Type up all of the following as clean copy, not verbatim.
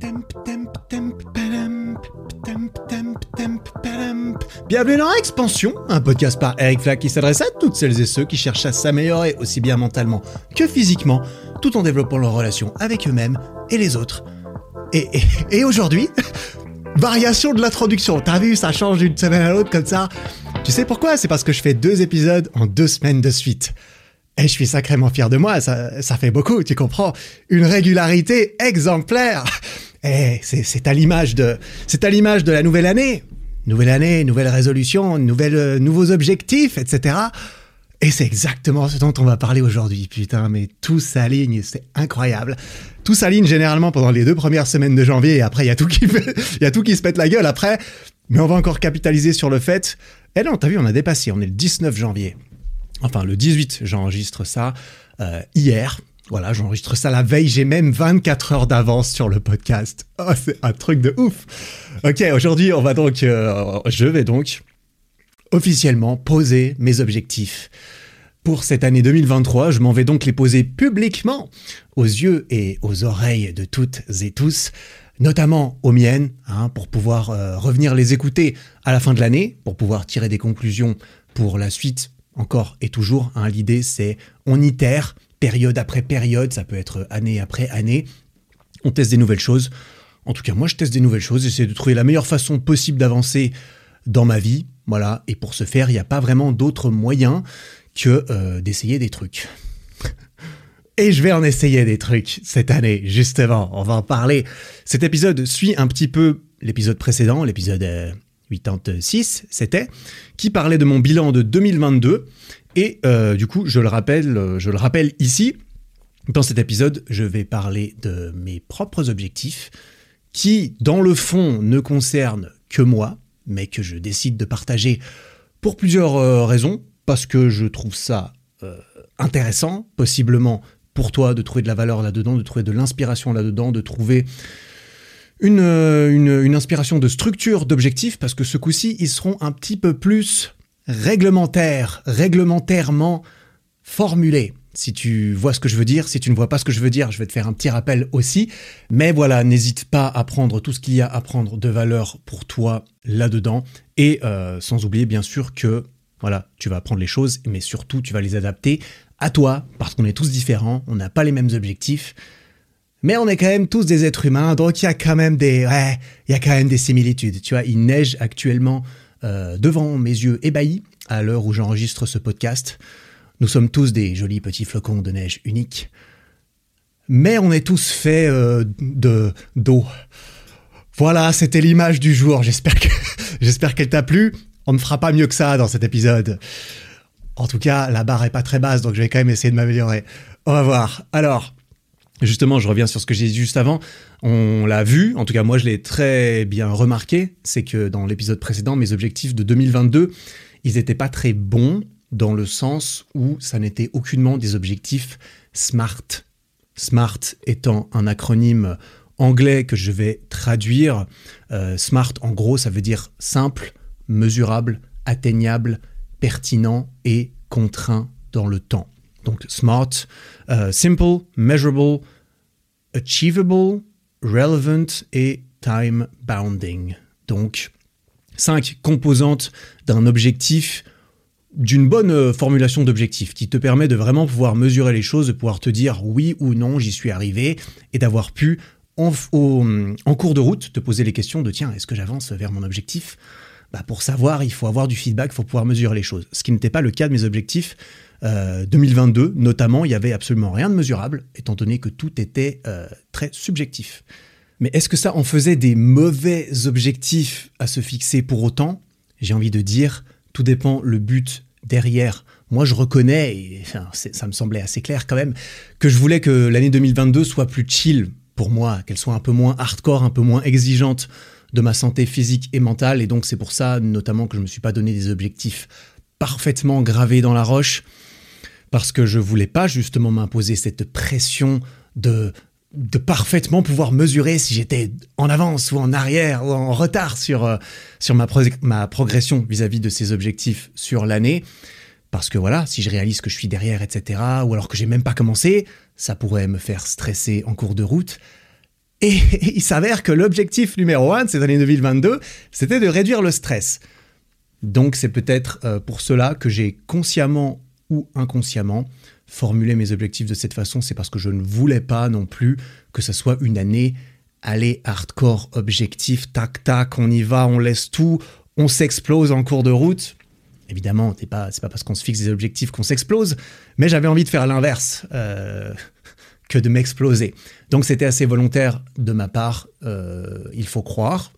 Bienvenue dans Expansion, un podcast par Eric Flack qui s'adresse à toutes celles et ceux qui cherchent à s'améliorer aussi bien mentalement que physiquement, tout en développant leurs relations avec eux-mêmes et les autres. Et aujourd'hui, variation de l'introduction. T'as vu, ça change d'une semaine à l'autre comme ça. Tu sais pourquoi ? C'est parce que je fais 2 épisodes en 2 semaines de suite. Et je suis sacrément fier de moi, ça fait beaucoup, tu comprends ? Une régularité exemplaire. Et c'est à l'image de la nouvelle année. Nouvelle année, nouvelle résolution, nouveaux objectifs, etc. Et c'est exactement ce dont on va parler aujourd'hui. Putain, mais tout s'aligne, c'est incroyable. Tout s'aligne généralement pendant les 2 premières semaines de janvier et après, il y a tout qui se pète la gueule après. Mais on va encore capitaliser sur le fait... Eh non, t'as vu, on a dépassé, on est le 19 janvier. Enfin, le 18, j'enregistre ça hier. Voilà, j'enregistre ça la veille. J'ai même 24 heures d'avance sur le podcast. Oh, c'est un truc de ouf. Ok, aujourd'hui, je vais donc officiellement poser mes objectifs. Pour cette année 2023, je m'en vais donc les poser publiquement aux yeux et aux oreilles de toutes et tous, notamment aux miennes, pour pouvoir revenir les écouter à la fin de l'année, pour pouvoir tirer des conclusions pour la suite. Encore et toujours, l'idée c'est on itère, période après période, ça peut être année après année, on teste des nouvelles choses. En tout cas, moi je teste des nouvelles choses, j'essaie de trouver la meilleure façon possible d'avancer dans ma vie, voilà. Et pour ce faire, il n'y a pas vraiment d'autre moyen que d'essayer des trucs. Et je vais en essayer des trucs cette année, justement, on va en parler. Cet épisode suit un petit peu l'épisode précédent, l'épisode 86, c'était, qui parlait de mon bilan de 2022. Et du coup, je le rappelle ici, dans cet épisode, je vais parler de mes propres objectifs qui, dans le fond, ne concernent que moi, mais que je décide de partager pour plusieurs raisons, parce que je trouve ça intéressant, possiblement pour toi, de trouver de la valeur là-dedans, de trouver de l'inspiration là-dedans, de trouver une inspiration de structure d'objectifs, parce que ce coup-ci, ils seront un petit peu plus réglementairement formulés. Si tu vois ce que je veux dire, si tu ne vois pas ce que je veux dire, je vais te faire un petit rappel aussi. Mais voilà, n'hésite pas à prendre tout ce qu'il y a à prendre de valeur pour toi là-dedans. Et sans oublier bien sûr que voilà, tu vas apprendre les choses, mais surtout tu vas les adapter à toi, parce qu'on est tous différents, on n'a pas les mêmes objectifs. Mais on est quand même tous des êtres humains, donc il y a quand même des similitudes. Tu vois, il neige actuellement devant mes yeux ébahis à l'heure où j'enregistre ce podcast. Nous sommes tous des jolis petits flocons de neige uniques. Mais on est tous faits d'eau. Voilà, c'était l'image du jour. J'espère qu'elle t'a plu. On ne fera pas mieux que ça dans cet épisode. En tout cas, la barre est pas très basse, donc je vais quand même essayer de m'améliorer. On va voir. Alors... Justement, je reviens sur ce que j'ai dit juste avant. On l'a vu, en tout cas moi je l'ai très bien remarqué, c'est que dans l'épisode précédent, mes objectifs de 2022, ils n'étaient pas très bons dans le sens où ça n'était aucunement des objectifs SMART. SMART étant un acronyme anglais que je vais traduire. SMART, en gros, ça veut dire simple, mesurable, atteignable, pertinent et contraint dans le temps. Donc SMART, simple, measurable, achievable, relevant et time bounding. Donc 5 composantes d'un objectif, d'une bonne formulation d'objectif qui te permet de vraiment pouvoir mesurer les choses, de pouvoir te dire oui ou non, j'y suis arrivé, et d'avoir pu en cours de route te poser les questions de tiens, est-ce que j'avance vers mon objectif ? Pour savoir, il faut avoir du feedback, il faut pouvoir mesurer les choses. Ce qui n'était pas le cas de mes objectifs 2022, notamment, il n'y avait absolument rien de mesurable, étant donné que tout était très subjectif. Mais est-ce que ça en faisait des mauvais objectifs à se fixer pour autant ? J'ai envie de dire, tout dépend le but derrière. Moi, je reconnais, et ça me semblait assez clair quand même, que je voulais que l'année 2022 soit plus chill pour moi, qu'elle soit un peu moins hardcore, un peu moins exigeante de ma santé physique et mentale, et donc c'est pour ça notamment que je ne me suis pas donné des objectifs parfaitement gravés dans la roche, parce que je voulais pas justement m'imposer cette pression de parfaitement pouvoir mesurer si j'étais en avance ou en arrière ou en retard sur ma progression vis-à-vis de ces objectifs sur l'année. Parce que voilà, si je réalise que je suis derrière, etc., ou alors que j'ai même pas commencé, ça pourrait me faire stresser en cours de route. Et il s'avère que l'objectif numéro 1 de cette année 2022, c'était de réduire le stress. Donc c'est peut-être pour cela que j'ai consciemment ou inconsciemment formulé mes objectifs de cette façon. C'est parce que je ne voulais pas non plus que ce soit une année, allez, hardcore, objectif, tac, tac, on y va, on laisse tout, on s'explose en cours de route. Évidemment, c'est pas parce qu'on se fixe des objectifs qu'on s'explose, mais j'avais envie de faire l'inverse que de m'exploser. Donc c'était assez volontaire de ma part, il faut croire.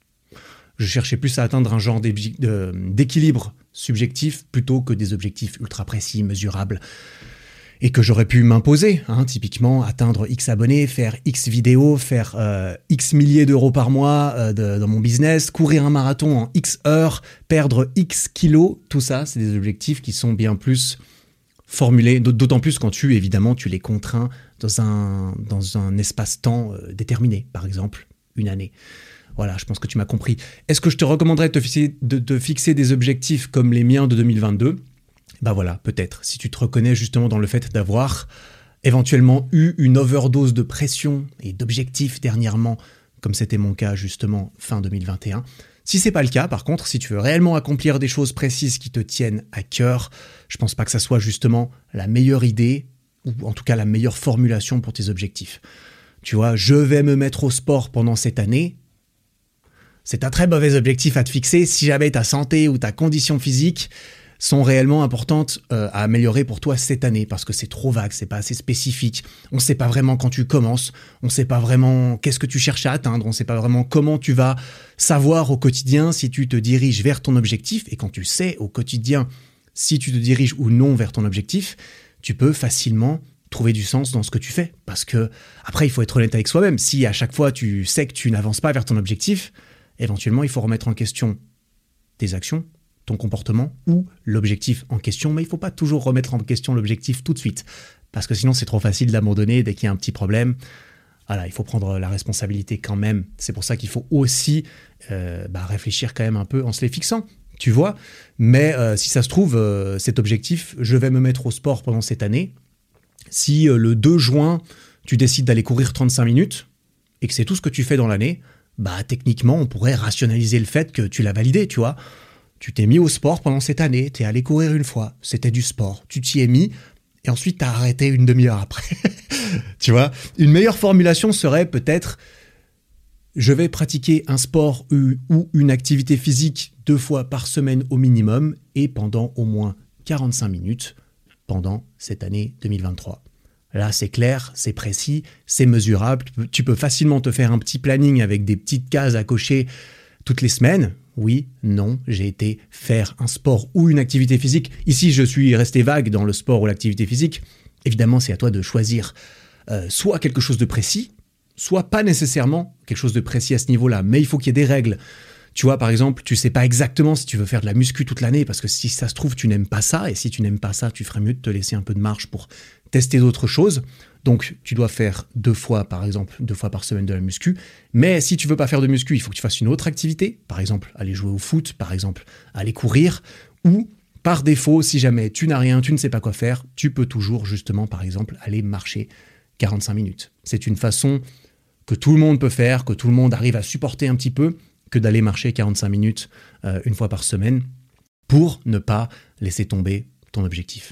Je cherchais plus à atteindre un genre d'équilibre subjectif plutôt que des objectifs ultra précis, mesurables, et que j'aurais pu m'imposer. Typiquement, atteindre X abonnés, faire X vidéos, faire X milliers d'euros par mois dans mon business, courir un marathon en X heures, perdre X kilos. Tout ça, c'est des objectifs qui sont bien plus formulés, d'autant plus quand tu les contrains dans un espace-temps déterminé, par exemple, une année. Voilà, je pense que tu m'as compris. Est-ce que je te recommanderais de fixer des objectifs comme les miens de 2022 ? Bah voilà, peut-être. Si tu te reconnais justement dans le fait d'avoir éventuellement eu une overdose de pression et d'objectifs dernièrement, comme c'était mon cas justement fin 2021. Si c'est pas le cas, par contre, si tu veux réellement accomplir des choses précises qui te tiennent à cœur, je pense pas que ça soit justement la meilleure idée, ou en tout cas la meilleure formulation pour tes objectifs. Tu vois, je vais me mettre au sport pendant cette année. C'est un très mauvais objectif à te fixer si jamais ta santé ou ta condition physique sont réellement importantes à améliorer pour toi cette année, parce que c'est trop vague, c'est pas assez spécifique. On ne sait pas vraiment quand tu commences, on ne sait pas vraiment qu'est-ce que tu cherches à atteindre, on ne sait pas vraiment comment tu vas savoir au quotidien si tu te diriges vers ton objectif. Et quand tu sais au quotidien si tu te diriges ou non vers ton objectif, tu peux facilement trouver du sens dans ce que tu fais. Parce que après, il faut être honnête avec soi-même. Si à chaque fois tu sais que tu n'avances pas vers ton objectif, éventuellement, il faut remettre en question tes actions, ton comportement ou l'objectif en question. Mais il ne faut pas toujours remettre en question l'objectif tout de suite. Parce que sinon, c'est trop facile d'abandonner dès qu'il y a un petit problème. Voilà, il faut prendre la responsabilité quand même. C'est pour ça qu'il faut aussi réfléchir quand même un peu en se les fixant. Tu vois, mais si ça se trouve, cet objectif, je vais me mettre au sport pendant cette année. Si le 2 juin, tu décides d'aller courir 35 minutes et que c'est tout ce que tu fais dans l'année, techniquement, on pourrait rationaliser le fait que tu l'as validé, tu vois. Tu t'es mis au sport pendant cette année, t'es allé courir une fois, c'était du sport, tu t'y es mis et ensuite t'as arrêté une demi-heure après. Tu vois, une meilleure formulation serait peut-être je vais pratiquer un sport ou une activité physique 2 fois par semaine au minimum et pendant au moins 45 minutes pendant cette année 2023. Là, c'est clair, c'est précis, c'est mesurable. Tu peux facilement te faire un petit planning avec des petites cases à cocher toutes les semaines. Oui, non, j'ai été faire un sport ou une activité physique. Ici, je suis resté vague dans le sport ou l'activité physique. Évidemment, c'est à toi de choisir soit quelque chose de précis, soit pas nécessairement quelque chose de précis à ce niveau-là, mais il faut qu'il y ait des règles. Tu vois, par exemple, tu sais pas exactement si tu veux faire de la muscu toute l'année, parce que si ça se trouve, tu n'aimes pas ça, et si tu n'aimes pas ça, tu ferais mieux de te laisser un peu de marge pour tester d'autres choses. Donc, tu dois faire 2 fois, par exemple, 2 fois par semaine de la muscu. Mais si tu veux pas faire de muscu, il faut que tu fasses une autre activité, par exemple, aller jouer au foot, par exemple, aller courir, ou par défaut, si jamais tu n'as rien, tu ne sais pas quoi faire, tu peux toujours, justement, par exemple, aller marcher 45 minutes. C'est une façon que tout le monde peut faire, que tout le monde arrive à supporter un petit peu, que d'aller marcher 45 minutes une fois par semaine pour ne pas laisser tomber ton objectif.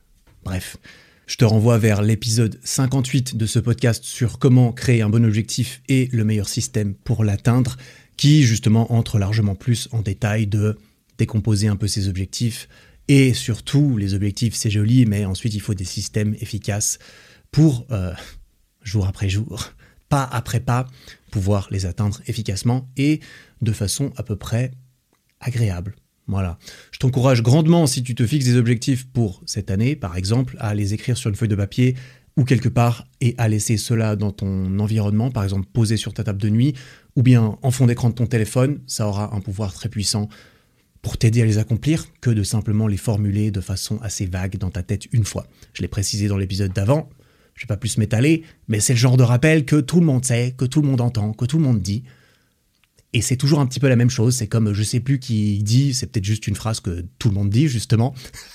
Bref, je te renvoie vers l'épisode 58 de ce podcast sur comment créer un bon objectif et le meilleur système pour l'atteindre, qui justement entre largement plus en détail de décomposer un peu ses objectifs. Et surtout, les objectifs, c'est joli, mais ensuite, il faut des systèmes efficaces pour, jour après jour, pas après pas, pouvoir les atteindre efficacement et de façon à peu près agréable. Voilà. Je t'encourage grandement, si tu te fixes des objectifs pour cette année, par exemple, à les écrire sur une feuille de papier ou quelque part et à laisser cela dans ton environnement, par exemple posé sur ta table de nuit ou bien en fond d'écran de ton téléphone. Ça aura un pouvoir très puissant pour t'aider à les accomplir que de simplement les formuler de façon assez vague dans ta tête une fois. Je l'ai précisé dans l'épisode d'avant, je ne vais pas plus m'étaler, mais c'est le genre de rappel que tout le monde sait, que tout le monde entend, que tout le monde dit. Et c'est toujours un petit peu la même chose, c'est comme je sais plus qui dit, c'est peut-être juste une phrase que tout le monde dit justement,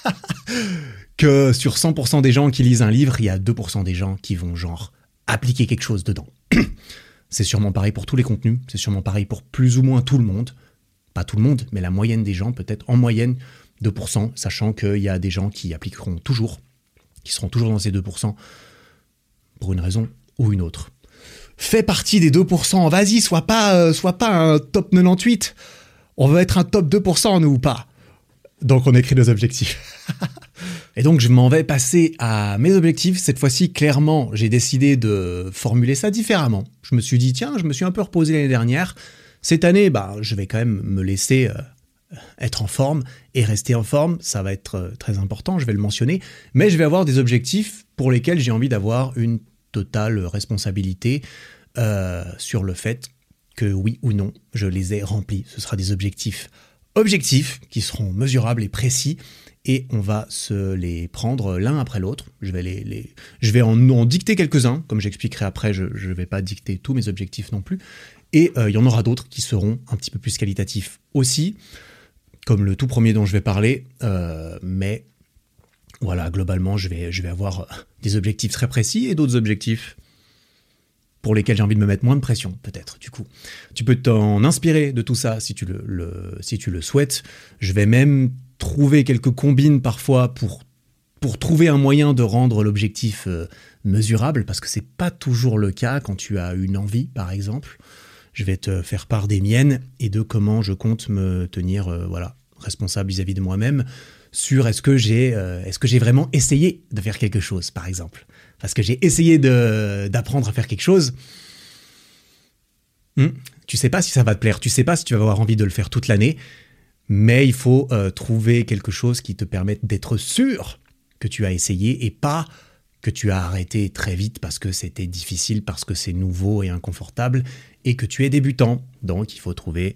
que sur 100% des gens qui lisent un livre, il y a 2% des gens qui vont genre appliquer quelque chose dedans. C'est sûrement pareil pour tous les contenus, c'est sûrement pareil pour plus ou moins tout le monde. Pas tout le monde, mais la moyenne des gens, peut-être en moyenne 2%, sachant qu'il y a des gens qui appliqueront toujours, qui seront toujours dans ces 2%, pour une raison ou une autre. Fais partie des 2%, vas-y, sois pas un top 98. On veut être un top 2%, nous, ou pas. Donc on écrit nos objectifs. Et donc je m'en vais passer à mes objectifs. Cette fois-ci, clairement, j'ai décidé de formuler ça différemment. Je me suis dit, tiens, je me suis un peu reposé l'année dernière. Cette année, je vais quand même me laisser être en forme et rester en forme. Ça va être très important, je vais le mentionner. Mais je vais avoir des objectifs pour lesquels j'ai envie d'avoir une totale responsabilité sur le fait que oui ou non, je les ai remplis. Ce sera des objectifs qui seront mesurables et précis et on va se les prendre l'un après l'autre. Je vais en dicter quelques-uns, comme j'expliquerai après, je ne vais pas dicter tous mes objectifs non plus. Et il y en aura d'autres qui seront un petit peu plus qualitatifs aussi, comme le tout premier dont je vais parler, mais voilà, globalement, je vais avoir des objectifs très précis et d'autres objectifs pour lesquels j'ai envie de me mettre moins de pression, peut-être, du coup. Tu peux t'en inspirer de tout ça si tu le souhaites. Je vais même trouver quelques combines parfois pour trouver un moyen de rendre l'objectif mesurable, parce que c'est pas toujours le cas quand tu as une envie, par exemple. Je vais te faire part des miennes et de comment je compte me tenir responsable vis-à-vis de moi-même sur est-ce que j'ai vraiment essayé de faire quelque chose, par exemple. Parce que j'ai essayé d'apprendre à faire quelque chose. Tu sais pas si ça va te plaire, tu sais pas si tu vas avoir envie de le faire toute l'année, mais il faut trouver quelque chose qui te permette d'être sûr que tu as essayé et pas que tu as arrêté très vite parce que c'était difficile, parce que c'est nouveau et inconfortable et que tu es débutant. Donc il faut trouver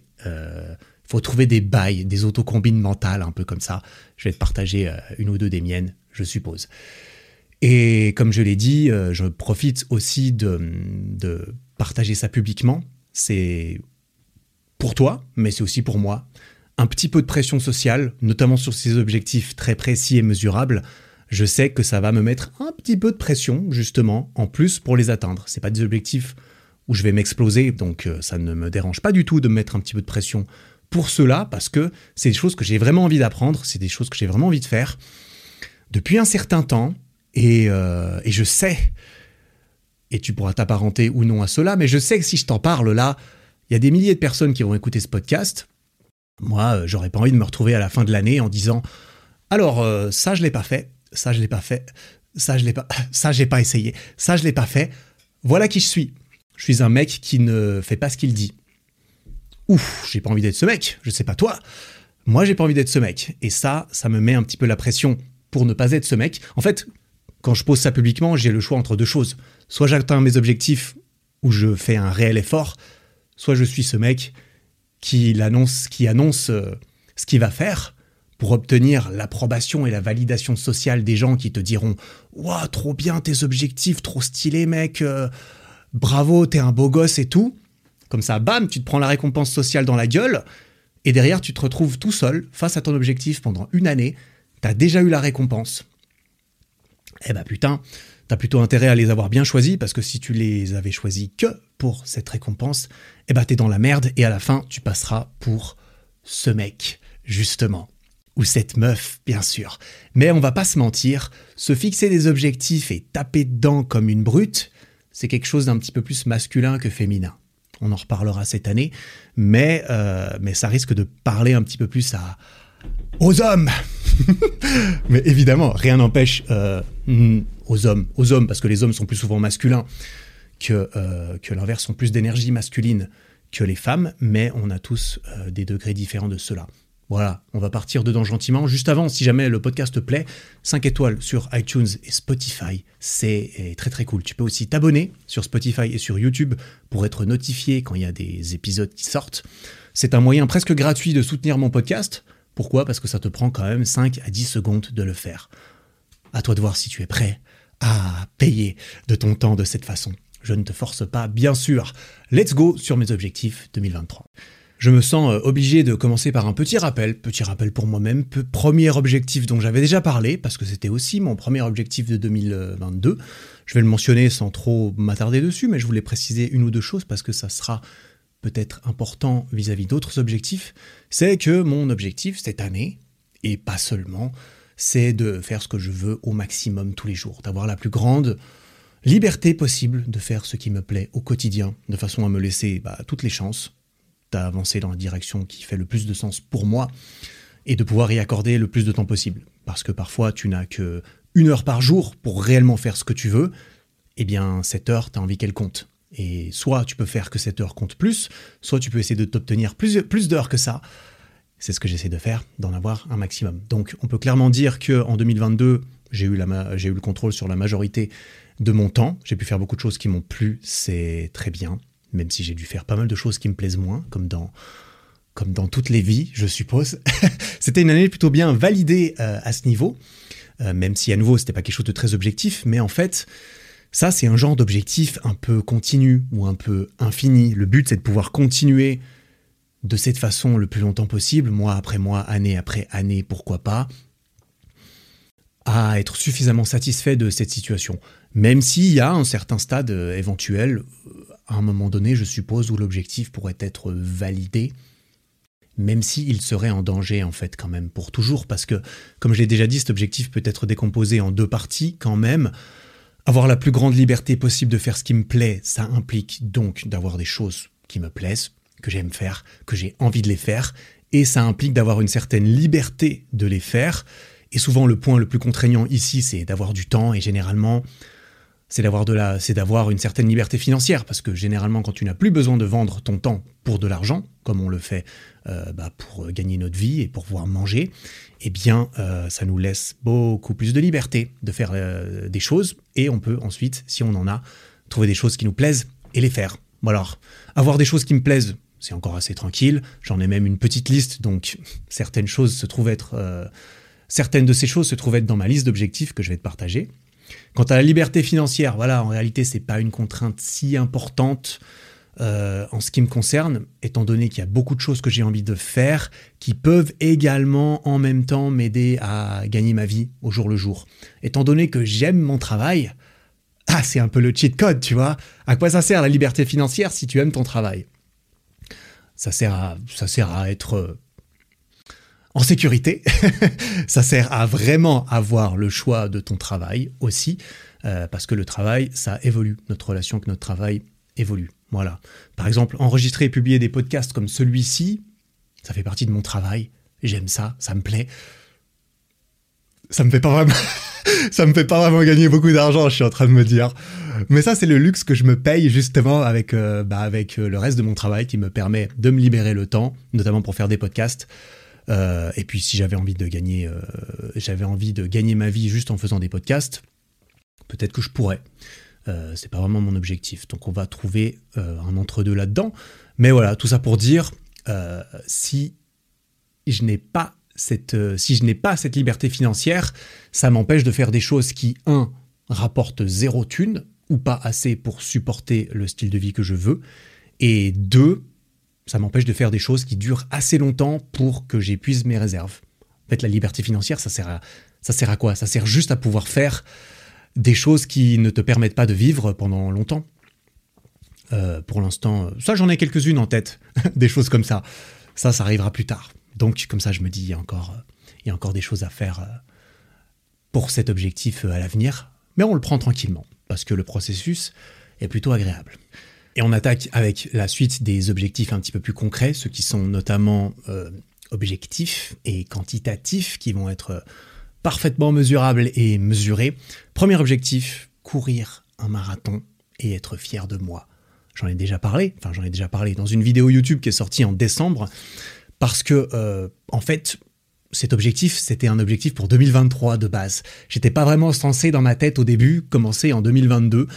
des bails, des autocombines mentales un peu comme ça. Je vais te partager une ou deux des miennes, je suppose. Et comme je l'ai dit, je profite aussi de partager ça publiquement. C'est pour toi, mais c'est aussi pour moi. Un petit peu de pression sociale, notamment sur ces objectifs très précis et mesurables. Je sais que ça va me mettre un petit peu de pression, justement, en plus pour les atteindre. C'est pas des objectifs où je vais m'exploser, donc ça ne me dérange pas du tout de me mettre un petit peu de pression pour cela, parce que c'est des choses que j'ai vraiment envie d'apprendre, c'est des choses que j'ai vraiment envie de faire depuis un certain temps. Et je sais, et tu pourras t'apparenter ou non à cela, mais je sais que si je t'en parle là, il y a des milliers de personnes qui vont écouter ce podcast. Moi, j'aurais pas envie de me retrouver à la fin de l'année en disant « Alors, ça, je l'ai pas fait, ça, je l'ai pas fait, ça, j'ai pas essayé, ça, je l'ai pas fait. Voilà qui je suis. Je suis un mec qui ne fait pas ce qu'il dit. Ouf, j'ai pas envie d'être ce mec, je sais pas toi. Moi, j'ai pas envie d'être ce mec. Et ça me met un petit peu la pression pour ne pas être ce mec. En fait, quand je pose ça publiquement, j'ai le choix entre deux choses. Soit j'atteins mes objectifs où je fais un réel effort, soit je suis ce mec qui annonce ce qu'il va faire pour obtenir l'approbation et la validation sociale des gens qui te diront « Ouah, trop bien tes objectifs, trop stylé mec, bravo, t'es un beau gosse et tout ». Comme ça, bam, tu te prends la récompense sociale dans la gueule et derrière, tu te retrouves tout seul face à ton objectif pendant une année. T'as déjà eu la récompense. Eh ben putain, t'as plutôt intérêt à les avoir bien choisis parce que si tu les avais choisis que pour cette récompense, eh ben t'es dans la merde et à la fin, tu passeras pour ce mec, justement. Ou cette meuf, bien sûr. Mais on va pas se mentir, se fixer des objectifs et taper dedans comme une brute, c'est quelque chose d'un petit peu plus masculin que féminin. On en reparlera cette année, mais ça risque de parler un petit peu plus aux hommes. Mais évidemment, rien n'empêche aux hommes, parce que les hommes sont plus souvent masculins que l'inverse, sont plus d'énergie masculine que les femmes, mais on a tous des degrés différents de cela. Voilà, on va partir dedans gentiment. Juste avant, si jamais le podcast te plaît, 5 étoiles sur iTunes et Spotify, c'est très très cool. Tu peux aussi t'abonner sur Spotify et sur YouTube pour être notifié quand il y a des épisodes qui sortent. C'est un moyen presque gratuit de soutenir mon podcast. Pourquoi ? Parce que ça te prend quand même 5 à 10 secondes de le faire. À toi de voir si tu es prêt à payer de ton temps de cette façon. Je ne te force pas, bien sûr. Let's go sur mes objectifs 2023. je me sens obligé de commencer par un petit rappel pour moi-même, premier objectif dont j'avais déjà parlé, parce que c'était aussi mon premier objectif de 2022. Je vais le mentionner sans trop m'attarder dessus, mais je voulais préciser une ou deux choses parce que ça sera peut-être important vis-à-vis d'autres objectifs. C'est que mon objectif cette année, et pas seulement, c'est de faire ce que je veux au maximum tous les jours, d'avoir la plus grande liberté possible de faire ce qui me plaît au quotidien, de façon à me laisser toutes les chances d'avancer dans la direction qui fait le plus de sens pour moi et de pouvoir y accorder le plus de temps possible. Parce que parfois, tu n'as que 1 heure par jour pour réellement faire ce que tu veux, eh bien, cette heure, tu as envie qu'elle compte. Et soit tu peux faire que cette heure compte plus, soit tu peux essayer de t'obtenir plus d'heures que ça. C'est ce que j'essaie de faire, d'en avoir un maximum. Donc, on peut clairement dire qu'en 2022, j'ai eu le contrôle sur la majorité de mon temps. J'ai pu faire beaucoup de choses qui m'ont plu, c'est très bien. Même si j'ai dû faire pas mal de choses qui me plaisent moins, comme dans toutes les vies, je suppose. C'était une année plutôt bien validée à ce niveau, même si à nouveau, c'était pas quelque chose de très objectif, mais en fait, ça, c'est un genre d'objectif un peu continu ou un peu infini. Le but, c'est de pouvoir continuer de cette façon le plus longtemps possible, mois après mois, année après année, pourquoi pas, à être suffisamment satisfait de cette situation. Même s'il y a un certain stade éventuel, à un moment donné, je suppose, où l'objectif pourrait être validé, même s'il serait en danger, en fait, quand même, pour toujours, parce que, comme je l'ai déjà dit, cet objectif peut être décomposé en 2 parties, quand même. Avoir la plus grande liberté possible de faire ce qui me plaît, ça implique donc d'avoir des choses qui me plaisent, que j'aime faire, que j'ai envie de les faire, et ça implique d'avoir une certaine liberté de les faire. Et souvent, le point le plus contraignant ici, c'est d'avoir du temps, et généralement, c'est d'avoir une certaine liberté financière, parce que généralement, quand tu n'as plus besoin de vendre ton temps pour de l'argent, comme on le fait pour gagner notre vie et pour pouvoir manger, eh bien, ça nous laisse beaucoup plus de liberté de faire des choses, et on peut ensuite, si on en a, trouver des choses qui nous plaisent et les faire. Bon alors, avoir des choses qui me plaisent, c'est encore assez tranquille, j'en ai même une petite liste, donc certaines de ces choses se trouvent être dans ma liste d'objectifs que je vais te partager. Quant à la liberté financière, voilà, en réalité, c'est pas une contrainte si importante en ce qui me concerne, étant donné qu'il y a beaucoup de choses que j'ai envie de faire qui peuvent également, en même temps, m'aider à gagner ma vie au jour le jour. Étant donné que j'aime mon travail, c'est un peu le cheat code, tu vois. À quoi ça sert la liberté financière si tu aimes ton travail ? Ça sert à être en sécurité, ça sert à vraiment avoir le choix de ton travail aussi, parce que le travail, ça évolue. Notre relation avec notre travail évolue. Voilà. Par exemple, enregistrer et publier des podcasts comme celui-ci, ça fait partie de mon travail. J'aime ça, ça me plaît. Ça me fait pas vraiment gagner beaucoup d'argent, je suis en train de me dire. Mais ça, c'est le luxe que je me paye justement avec le reste de mon travail qui me permet de me libérer le temps, notamment pour faire des podcasts. Et puis si j'avais envie de gagner ma vie juste en faisant des podcasts, peut-être que je pourrais. C'est pas vraiment mon objectif. Donc on va trouver un entre-deux là-dedans. Mais voilà, tout ça pour dire, si je n'ai pas cette liberté financière, ça m'empêche de faire des choses qui, 1, rapportent 0 thune, ou pas assez pour supporter le style de vie que je veux, et 2, ça m'empêche de faire des choses qui durent assez longtemps pour que j'épuise mes réserves. En fait, la liberté financière, ça sert à quoi ? Ça sert juste à pouvoir faire des choses qui ne te permettent pas de vivre pendant longtemps. Pour l'instant, ça, j'en ai quelques-unes en tête, des choses comme ça. Ça arrivera plus tard. Donc, comme ça, je me dis, il y a encore des choses à faire pour cet objectif à l'avenir. Mais on le prend tranquillement, parce que le processus est plutôt agréable. Et on attaque avec la suite des objectifs un petit peu plus concrets, ceux qui sont notamment objectifs et quantitatifs, qui vont être parfaitement mesurables et mesurés. Premier objectif, courir un marathon et être fier de moi. J'en ai déjà parlé dans une vidéo YouTube qui est sortie en décembre, parce que, en fait, cet objectif, c'était un objectif pour 2023 de base. J'étais pas vraiment censé dans ma tête au début commencer en 2022.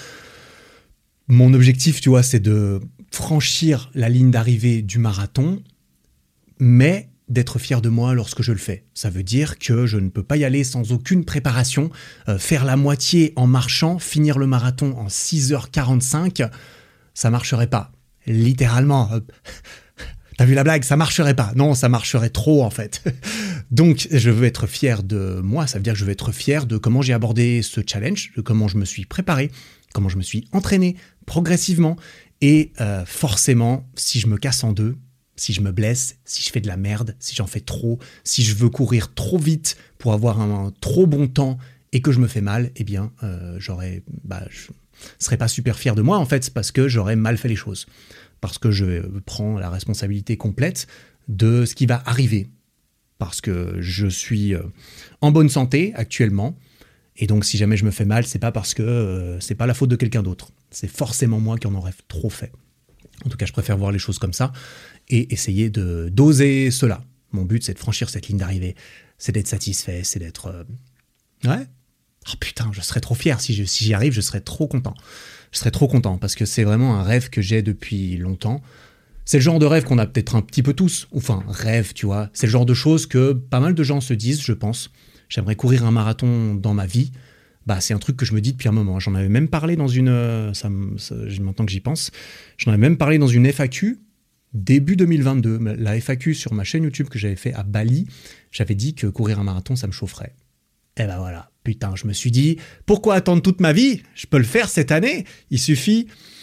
Mon objectif, tu vois, c'est de franchir la ligne d'arrivée du marathon, mais d'être fier de moi lorsque je le fais. Ça veut dire que je ne peux pas y aller sans aucune préparation, faire la moitié en marchant, finir le marathon en 6h45, ça marcherait pas. Littéralement. T'as vu la blague? Ça marcherait pas. Non, ça marcherait trop en fait. Donc, je veux être fier de moi. Ça veut dire que je veux être fier de comment j'ai abordé ce challenge, de comment je me suis préparé, comment je me suis entraîné progressivement. Et forcément, si je me casse en deux, si je me blesse, si je fais de la merde, si j'en fais trop, si je veux courir trop vite pour avoir un trop bon temps et que je me fais mal, eh bien, je serais pas super fier de moi en fait, parce que j'aurais mal fait les choses. Parce que je prends la responsabilité complète de ce qui va arriver. Parce que je suis en bonne santé actuellement. Et donc, si jamais je me fais mal, c'est pas parce que c'est pas la faute de quelqu'un d'autre. C'est forcément moi qui en aurais trop fait. En tout cas, je préfère voir les choses comme ça et essayer d'oser cela. Mon but, c'est de franchir cette ligne d'arrivée. C'est d'être satisfait, c'est d'être... Ouais. Oh putain, je serais trop fier. Si j'y arrive, je serais trop content. Je serais trop content parce que c'est vraiment un rêve que j'ai depuis longtemps. C'est le genre de rêve qu'on a peut-être un petit peu tous. Enfin, rêve, tu vois. C'est le genre de choses que pas mal de gens se disent, je pense. J'aimerais courir un marathon dans ma vie. Bah, c'est un truc que je me dis depuis un moment. J'en avais même parlé dans une... maintenant que j'y pense. J'en avais même parlé dans une FAQ début 2022. La FAQ sur ma chaîne YouTube que j'avais fait à Bali. J'avais dit que courir un marathon, ça me chaufferait. Et ben voilà. Putain, je me suis dit, pourquoi attendre toute ma vie? Je peux le faire cette année. Il suffit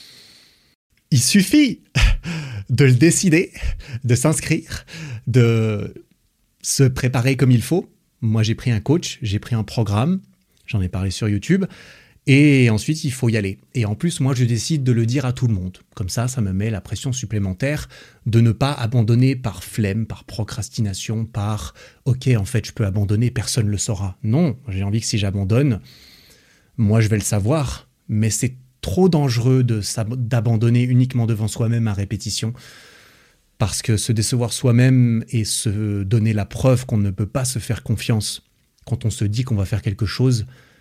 de le décider, de s'inscrire, de se préparer comme il faut. Moi, j'ai pris un coach, j'ai pris un programme, j'en ai parlé sur YouTube, et ensuite, il faut y aller. Et en plus, moi, je décide de le dire à tout le monde. Comme ça me met la pression supplémentaire de ne pas abandonner par flemme, par procrastination, par « Ok, en fait, je peux abandonner, personne ne le saura. » Non, j'ai envie que si j'abandonne, moi, je vais le savoir, mais c'est trop dangereux d'abandonner uniquement devant soi-même à répétition. Parce que se décevoir soi-même et se donner la preuve qu'on ne peut pas se faire confiance quand on se dit qu'on va faire quelque chose,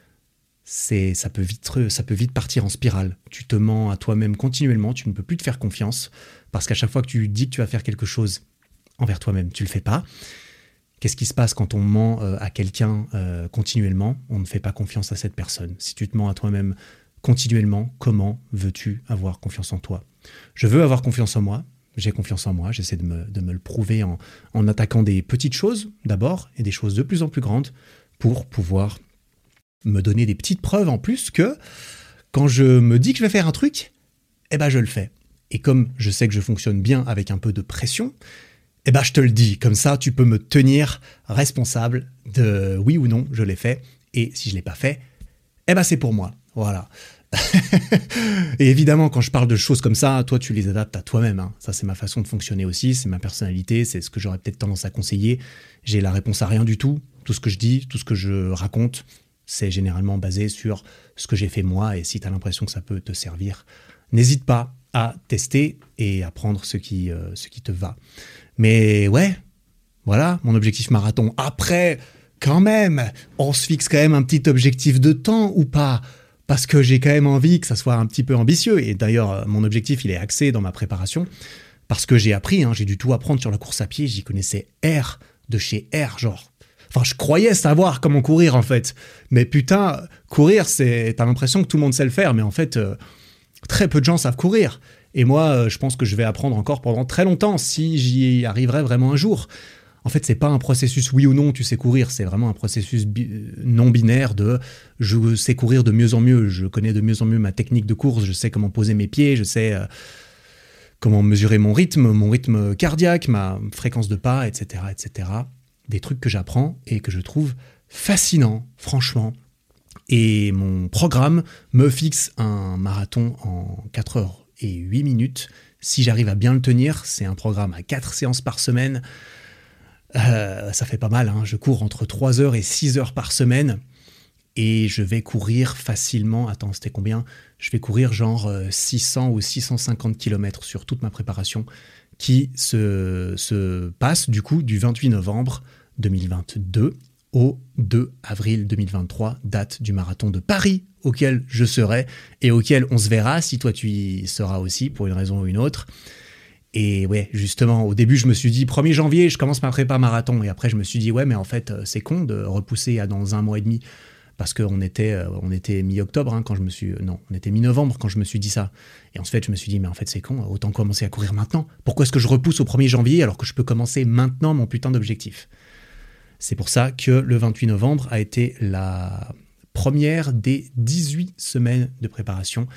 ça peut vite partir en spirale. Tu te mens à toi-même continuellement, tu ne peux plus te faire confiance parce qu'à chaque fois que tu dis que tu vas faire quelque chose envers toi-même, tu le fais pas. Qu'est-ce qui se passe quand on ment à quelqu'un continuellement? On ne fait pas confiance à cette personne. Si tu te mens à toi-même continuellement, comment veux-tu avoir confiance en toi? Je veux avoir confiance en moi. J'ai confiance en moi, j'essaie de me le prouver en attaquant des petites choses d'abord et des choses de plus en plus grandes pour pouvoir me donner des petites preuves en plus que quand je me dis que je vais faire un truc, eh ben je le fais. Et comme je sais que je fonctionne bien avec un peu de pression, eh ben je te le dis. Comme ça, tu peux me tenir responsable de oui ou non, je l'ai fait. Et si je l'ai pas fait, eh ben c'est pour moi. Voilà. Et évidemment, quand je parle de choses comme ça, toi, tu les adaptes à toi-même. Hein. Ça, c'est ma façon de fonctionner aussi, c'est ma personnalité, c'est ce que j'aurais peut-être tendance à conseiller. J'ai la réponse à rien du tout. Tout ce que je dis, tout ce que je raconte, c'est généralement basé sur ce que j'ai fait moi. Et si tu as l'impression que ça peut te servir, n'hésite pas à tester et à prendre ce qui te va. Mais ouais, voilà, mon objectif marathon. Après, quand même, on se fixe quand même un petit objectif de temps ou pas ? Parce que j'ai quand même envie que ça soit un petit peu ambitieux. Et d'ailleurs, mon objectif, il est axé dans ma préparation. Parce que j'ai appris, j'ai dû tout apprendre sur la course à pied. J'y connaissais R de chez R, genre. Enfin, je croyais savoir comment courir, en fait. Mais putain, courir, t'as l'impression que tout le monde sait le faire. Mais en fait, très peu de gens savent courir. Et moi, je pense que je vais apprendre encore pendant très longtemps si j'y arriverai vraiment un jour. En fait, c'est pas un processus oui ou non, tu sais courir, c'est vraiment un processus non binaire de je sais courir de mieux en mieux, je connais de mieux en mieux ma technique de course, je sais comment poser mes pieds, je sais comment mesurer mon rythme cardiaque, ma fréquence de pas, etc., etc. Des trucs que j'apprends et que je trouve fascinants, franchement. Et mon programme me fixe un marathon en 4 heures et 8 minutes. Si j'arrive à bien le tenir, c'est un programme à 4 séances par semaine. Ça fait pas mal, je cours entre 3 heures et 6 heures par semaine et je vais courir facilement, attends c'était combien ? Je vais courir genre 600 ou 650 km sur toute ma préparation qui se passe du coup du 28 novembre 2022 au 2 avril 2023, date du marathon de Paris auquel je serai et auquel on se verra si toi tu y seras aussi pour une raison ou une autre. Et ouais, justement, au début, je me suis dit, 1er janvier, je commence ma prépa marathon. Et après, je me suis dit, ouais, mais en fait, c'est con de repousser à dans 1 mois et demi. Parce qu'on était mi-octobre quand je me suis... Non, on était mi-novembre quand je me suis dit ça. Et en fait, je me suis dit, mais en fait, c'est con, autant commencer à courir maintenant. Pourquoi est-ce que je repousse au 1er janvier alors que je peux commencer maintenant mon putain d'objectif ? C'est pour ça que le 28 novembre a été la première des 18 semaines de préparation.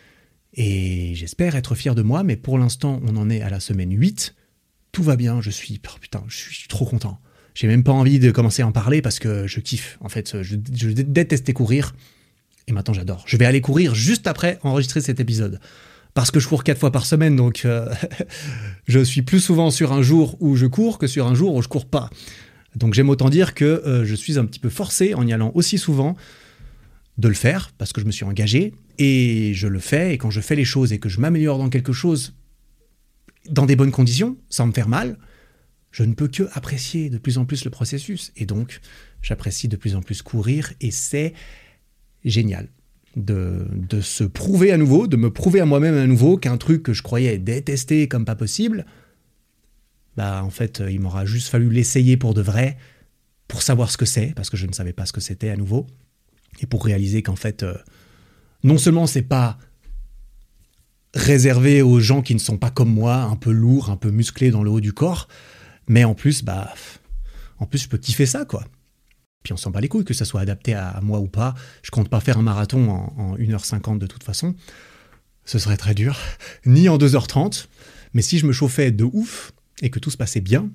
Et j'espère être fier de moi, mais pour l'instant, on en est à la semaine 8. Tout va bien, je suis trop content. J'ai même pas envie de commencer à en parler parce que je kiffe. En fait, je détestais courir et maintenant j'adore. Je vais aller courir juste après enregistrer cet épisode. Parce que je cours 4 fois par semaine, donc je suis plus souvent sur un jour où je cours que sur un jour où je cours pas. Donc j'aime autant dire que je suis un petit peu forcé en y allant aussi souvent de le faire parce que je me suis engagé et je le fais. Et quand je fais les choses et que je m'améliore dans quelque chose dans des bonnes conditions, sans me faire mal, je ne peux que apprécier de plus en plus le processus. Et donc, j'apprécie de plus en plus courir et c'est génial de se prouver à nouveau, de me prouver à moi-même à nouveau qu'un truc que je croyais détester comme pas possible, bah en fait, il m'aura juste fallu l'essayer pour de vrai, pour savoir ce que c'est, parce que je ne savais pas ce que c'était à nouveau, et pour réaliser qu'en fait, non seulement c'est pas réservé aux gens qui ne sont pas comme moi, un peu lourds, un peu musclés dans le haut du corps, mais en plus, je peux kiffer ça, quoi. Puis on s'en bat les couilles que ça soit adapté à moi ou pas. Je compte pas faire un marathon en 1h50 de toute façon. Ce serait très dur. Ni en 2h30. Mais si je me chauffais de ouf et que tout se passait bien,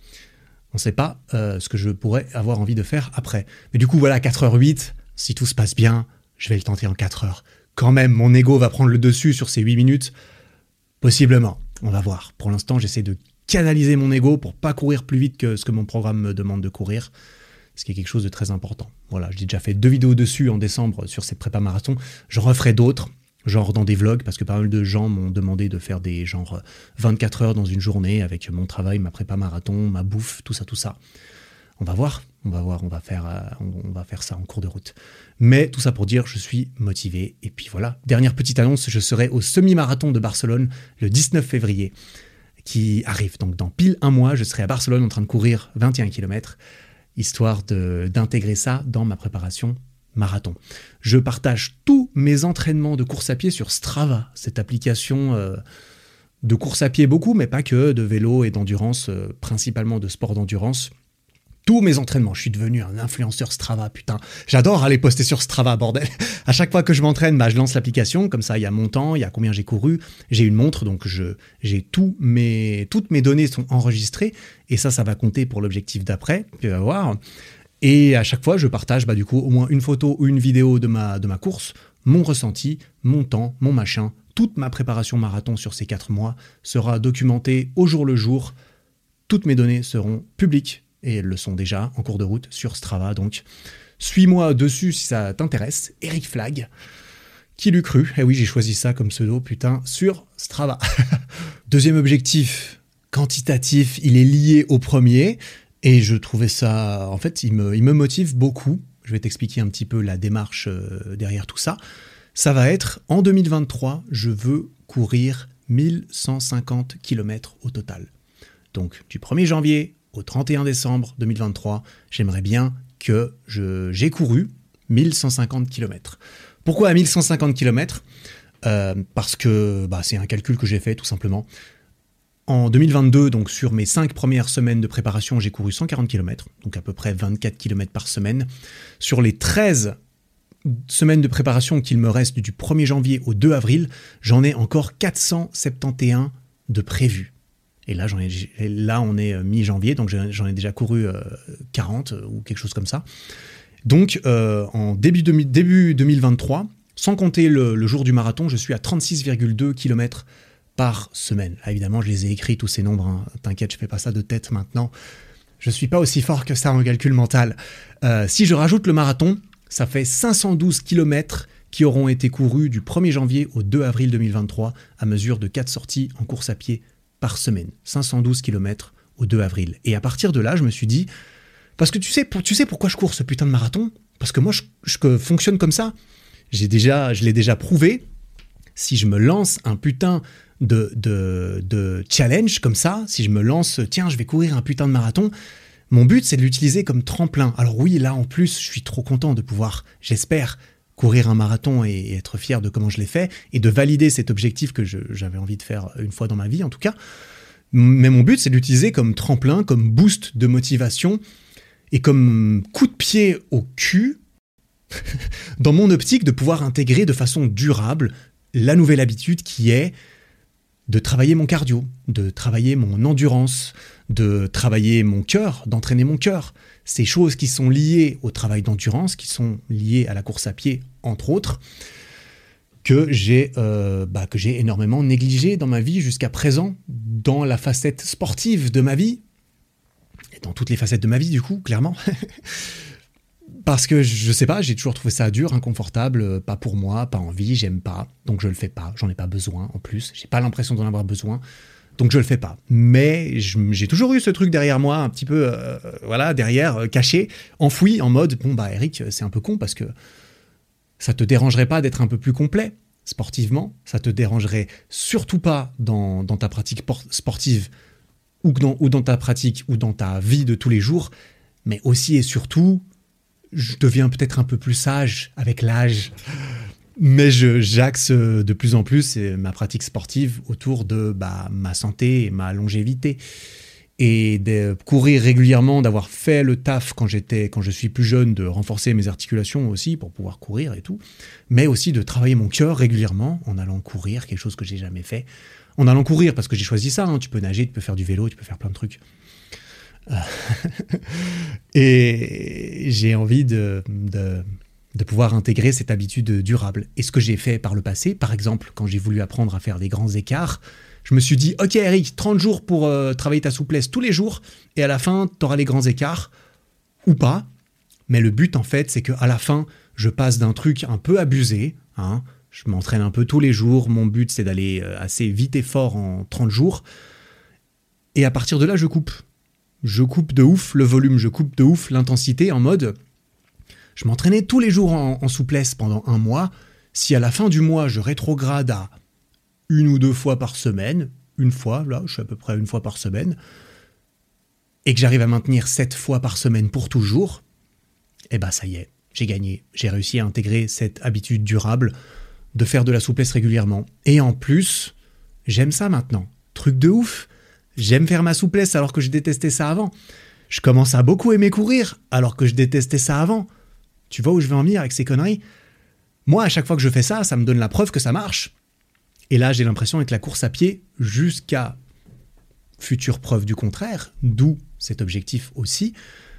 on sait pas ce que je pourrais avoir envie de faire après. Mais du coup, voilà, 4h08, si tout se passe bien, je vais le tenter en 4 heures. Quand même, mon ego va prendre le dessus sur ces 8 minutes. Possiblement. On va voir. Pour l'instant, j'essaie de canaliser mon ego pour pas courir plus vite que ce que mon programme me demande de courir, ce qui est quelque chose de très important. Voilà, j'ai déjà fait 2 vidéos dessus en décembre sur cette prépa marathon. Je referai d'autres, genre dans des vlogs, parce que pas mal de gens m'ont demandé de faire des genre 24 heures dans une journée avec mon travail, ma prépa marathon, ma bouffe, tout ça. On va voir, on va faire ça en cours de route. Mais tout ça pour dire, je suis motivé. Et puis voilà, dernière petite annonce, je serai au semi-marathon de Barcelone le 19 février. Qui arrive. Donc dans pile un mois, je serai à Barcelone en train de courir 21 km, histoire d'intégrer ça dans ma préparation marathon. Je partage tous mes entraînements de course à pied sur Strava, cette application de course à pied beaucoup, mais pas que, de vélo et d'endurance, principalement de sport d'endurance. Tous mes entraînements, je suis devenu un influenceur Strava, putain. J'adore aller poster sur Strava, bordel. À chaque fois que je m'entraîne, je lance l'application, comme ça il y a mon temps, il y a combien j'ai couru, j'ai une montre, donc j'ai toutes mes données sont enregistrées, et ça va compter pour l'objectif d'après, tu vas voir. Et à chaque fois, je partage du coup au moins une photo ou une vidéo de ma course, mon ressenti, mon temps, mon machin, toute ma préparation marathon sur ces 4 mois sera documentée au jour le jour. Toutes mes données seront publiques. Et elles le sont déjà en cours de route sur Strava. Donc, suis-moi dessus si ça t'intéresse. Eric Flag, qui l'eût cru ? Eh oui, j'ai choisi ça comme pseudo, putain, sur Strava. Deuxième objectif, quantitatif, il est lié au premier. Et je trouvais ça... En fait, il me motive beaucoup. Je vais t'expliquer un petit peu la démarche derrière tout ça. Ça va être, en 2023, je veux courir 1150 km au total. Donc, du 1er janvier au 31 décembre 2023, j'aimerais bien que j'ai couru 1150 km. Pourquoi à 1150 km ? Parce que c'est un calcul que j'ai fait tout simplement. En 2022, donc sur mes 5 premières semaines de préparation, j'ai couru 140 km, donc à peu près 24 km par semaine. Sur les 13 semaines de préparation qu'il me reste du 1er janvier au 2 avril, j'en ai encore 471 de prévus. Et là, on est mi-janvier, donc j'en ai déjà couru 40 ou quelque chose comme ça. Donc, en début 2023, sans compter le jour du marathon, je suis à 36,2 km par semaine. Là, évidemment, je les ai écrits, tous ces nombres. Hein. T'inquiète, je ne fais pas ça de tête maintenant. Je ne suis pas aussi fort que ça en calcul mental. Si je rajoute le marathon, ça fait 512 km qui auront été courus du 1er janvier au 2 avril 2023 à mesure de 4 sorties en course à pied par semaine, 512 km au 2 avril. Et à partir de là, je me suis dit, parce que tu sais pourquoi je cours ce putain de marathon ? Parce que moi, je fonctionne comme ça. Je l'ai déjà prouvé. Si je me lance un putain de challenge comme ça, si je me lance, tiens, je vais courir un putain de marathon, Mon but, c'est de l'utiliser comme tremplin. Alors oui, là, en plus, je suis trop content de pouvoir, j'espère, courir un marathon et être fier de comment je l'ai fait et de valider cet objectif que j'avais envie de faire une fois dans ma vie, en tout cas. Mais mon but, c'est de l'utiliser comme tremplin, comme boost de motivation et comme coup de pied au cul dans mon optique de pouvoir intégrer de façon durable la nouvelle habitude qui est de travailler mon cardio, de travailler mon endurance, de travailler mon cœur, d'entraîner mon cœur. Ces choses qui sont liées au travail d'endurance, qui sont liées à la course à pied, entre autres, que j'ai énormément négligé dans ma vie jusqu'à présent, dans la facette sportive de ma vie, et dans toutes les facettes de ma vie du coup, clairement. Parce que, je sais pas, j'ai toujours trouvé ça dur, inconfortable, pas pour moi, pas envie, j'aime pas, donc je le fais pas, j'en ai pas besoin en plus, j'ai pas l'impression d'en avoir besoin, donc je le fais pas. Mais j'ai toujours eu ce truc derrière moi, un petit peu, derrière, caché, enfoui, en mode, bon bah Eric, c'est un peu con parce que ça te dérangerait pas d'être un peu plus complet sportivement, ça te dérangerait surtout pas dans ta pratique sportive ou dans ta pratique ou dans ta vie de tous les jours, mais aussi et surtout, je deviens peut-être un peu plus sage avec l'âge, mais j'axe de plus en plus ma pratique sportive autour de ma santé et ma longévité. Et de courir régulièrement, d'avoir fait le taf quand je suis plus jeune, de renforcer mes articulations aussi pour pouvoir courir et tout, mais aussi de travailler mon cœur régulièrement en allant courir, quelque chose que j'ai jamais fait. En allant courir, parce que j'ai choisi ça, hein, tu peux nager, tu peux faire du vélo, tu peux faire plein de trucs. Et j'ai envie de pouvoir intégrer cette habitude durable. Et ce que j'ai fait par le passé, par exemple, quand j'ai voulu apprendre à faire des grands écarts, je me suis dit, ok Eric, 30 jours pour travailler ta souplesse tous les jours, et à la fin, tu auras les grands écarts, ou pas. Mais le but, en fait, c'est qu'à la fin, je passe d'un truc un peu abusé, hein, je m'entraîne un peu tous les jours, mon but, c'est d'aller assez vite et fort en 30 jours, et à partir de là, je coupe. Je coupe de ouf le volume, je coupe de ouf l'intensité en mode... Je m'entraînais tous les jours en souplesse pendant un mois. Si à la fin du mois, je rétrograde à 1 ou 2 fois par semaine, une fois, là, je suis à peu près 1 fois par semaine, et que j'arrive à maintenir 7 fois par semaine pour toujours, ça y est, j'ai gagné. J'ai réussi à intégrer cette habitude durable de faire de la souplesse régulièrement. Et en plus, j'aime ça maintenant. Truc de ouf. J'aime faire ma souplesse alors que je détestais ça avant. Je commence à beaucoup aimer courir alors que je détestais ça avant. Tu vois où je veux en venir avec ces conneries ? Moi, à chaque fois que je fais ça, ça me donne la preuve que ça marche. Et là, j'ai l'impression avec la course à pied, jusqu'à future preuve du contraire, d'où cet objectif aussi,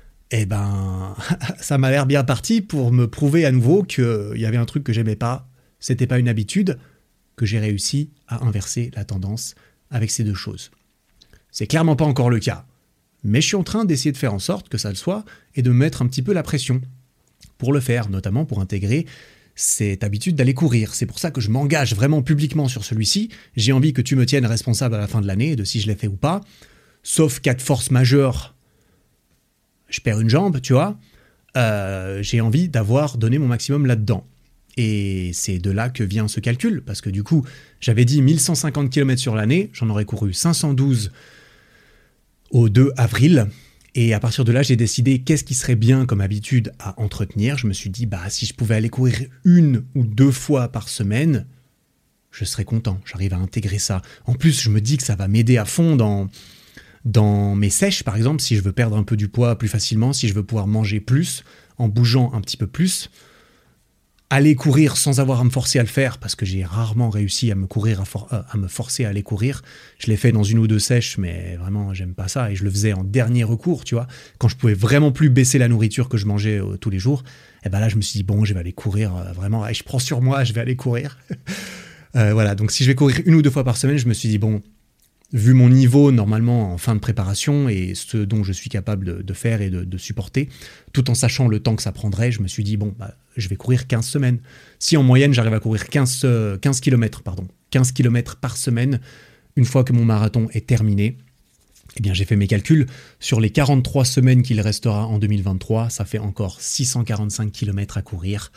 ça m'a l'air bien parti pour me prouver à nouveau qu'il y avait un truc que j'aimais pas, c'était pas une habitude, que j'ai réussi à inverser la tendance avec ces deux choses. C'est clairement pas encore le cas, mais je suis en train d'essayer de faire en sorte que ça le soit et de mettre un petit peu la pression pour le faire, notamment pour intégrer cette habitude d'aller courir. C'est pour ça que je m'engage vraiment publiquement sur celui-ci. J'ai envie que tu me tiennes responsable à la fin de l'année de si je l'ai fait ou pas, sauf cas de force majeure, je perds une jambe, tu vois. J'ai envie d'avoir donné mon maximum là-dedans. Et c'est de là que vient ce calcul, parce que du coup, j'avais dit 1150 km sur l'année, j'en aurais couru 512 au 2 avril, et à partir de là, j'ai décidé qu'est-ce qui serait bien comme habitude à entretenir. Je me suis dit, si je pouvais aller courir 1 ou 2 fois par semaine, je serais content, j'arrive à intégrer ça. En plus, je me dis que ça va m'aider à fond dans mes sèches, par exemple, si je veux perdre un peu du poids plus facilement, si je veux pouvoir manger plus, en bougeant un petit peu plus. Aller courir sans avoir à me forcer à le faire, parce que j'ai rarement réussi à me forcer à aller courir. Je l'ai fait dans 1 ou 2 sèches, mais vraiment, j'aime pas ça. Et je le faisais en dernier recours, tu vois. Quand je pouvais vraiment plus baisser la nourriture que je mangeais tous les jours, là, je me suis dit, bon, je vais aller courir, vraiment. Et je prends sur moi, je vais aller courir. Voilà, donc si je vais courir 1 ou 2 fois par semaine, je me suis dit, bon, vu mon niveau normalement en fin de préparation et ce dont je suis capable de faire et de supporter, tout en sachant le temps que ça prendrait, je me suis dit, bon, je vais courir 15 semaines. Si en moyenne, j'arrive à courir 15 km par semaine, une fois que mon marathon est terminé, j'ai fait mes calculs. Sur les 43 semaines qu'il restera en 2023, ça fait encore 645 km à courir.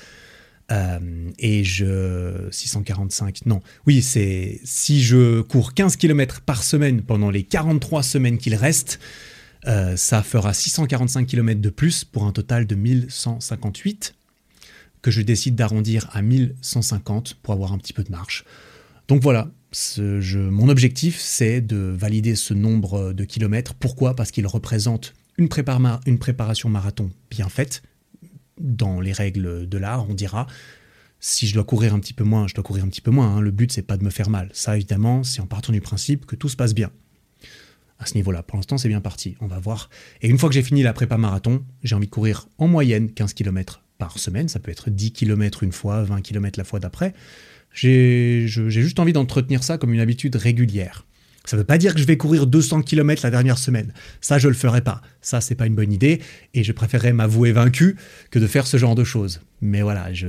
645, non. Oui, c'est si je cours 15 km par semaine pendant les 43 semaines qu'il reste, Ça fera 645 km de plus pour un total de 1158 que je décide d'arrondir à 1150 pour avoir un petit peu de marge. Donc voilà, mon objectif, c'est de valider ce nombre de kilomètres. Pourquoi ? Parce qu'il représente une préparation marathon bien faite. Dans les règles de l'art, on dira, si je dois courir un petit peu moins, je dois courir un petit peu moins. Le but, c'est pas de me faire mal. Ça, évidemment, c'est en partant du principe que tout se passe bien. À ce niveau-là, pour l'instant, c'est bien parti. On va voir. Et une fois que j'ai fini la prépa marathon, j'ai envie de courir en moyenne 15 km par semaine. Ça peut être 10 km une fois, 20 km la fois d'après. J'ai juste envie d'entretenir ça comme une habitude régulière. Ça ne veut pas dire que je vais courir 200 km la dernière semaine. Ça, je ne le ferai pas. Ça, c'est pas une bonne idée. Et je préférerais m'avouer vaincu que de faire ce genre de choses. Mais voilà, je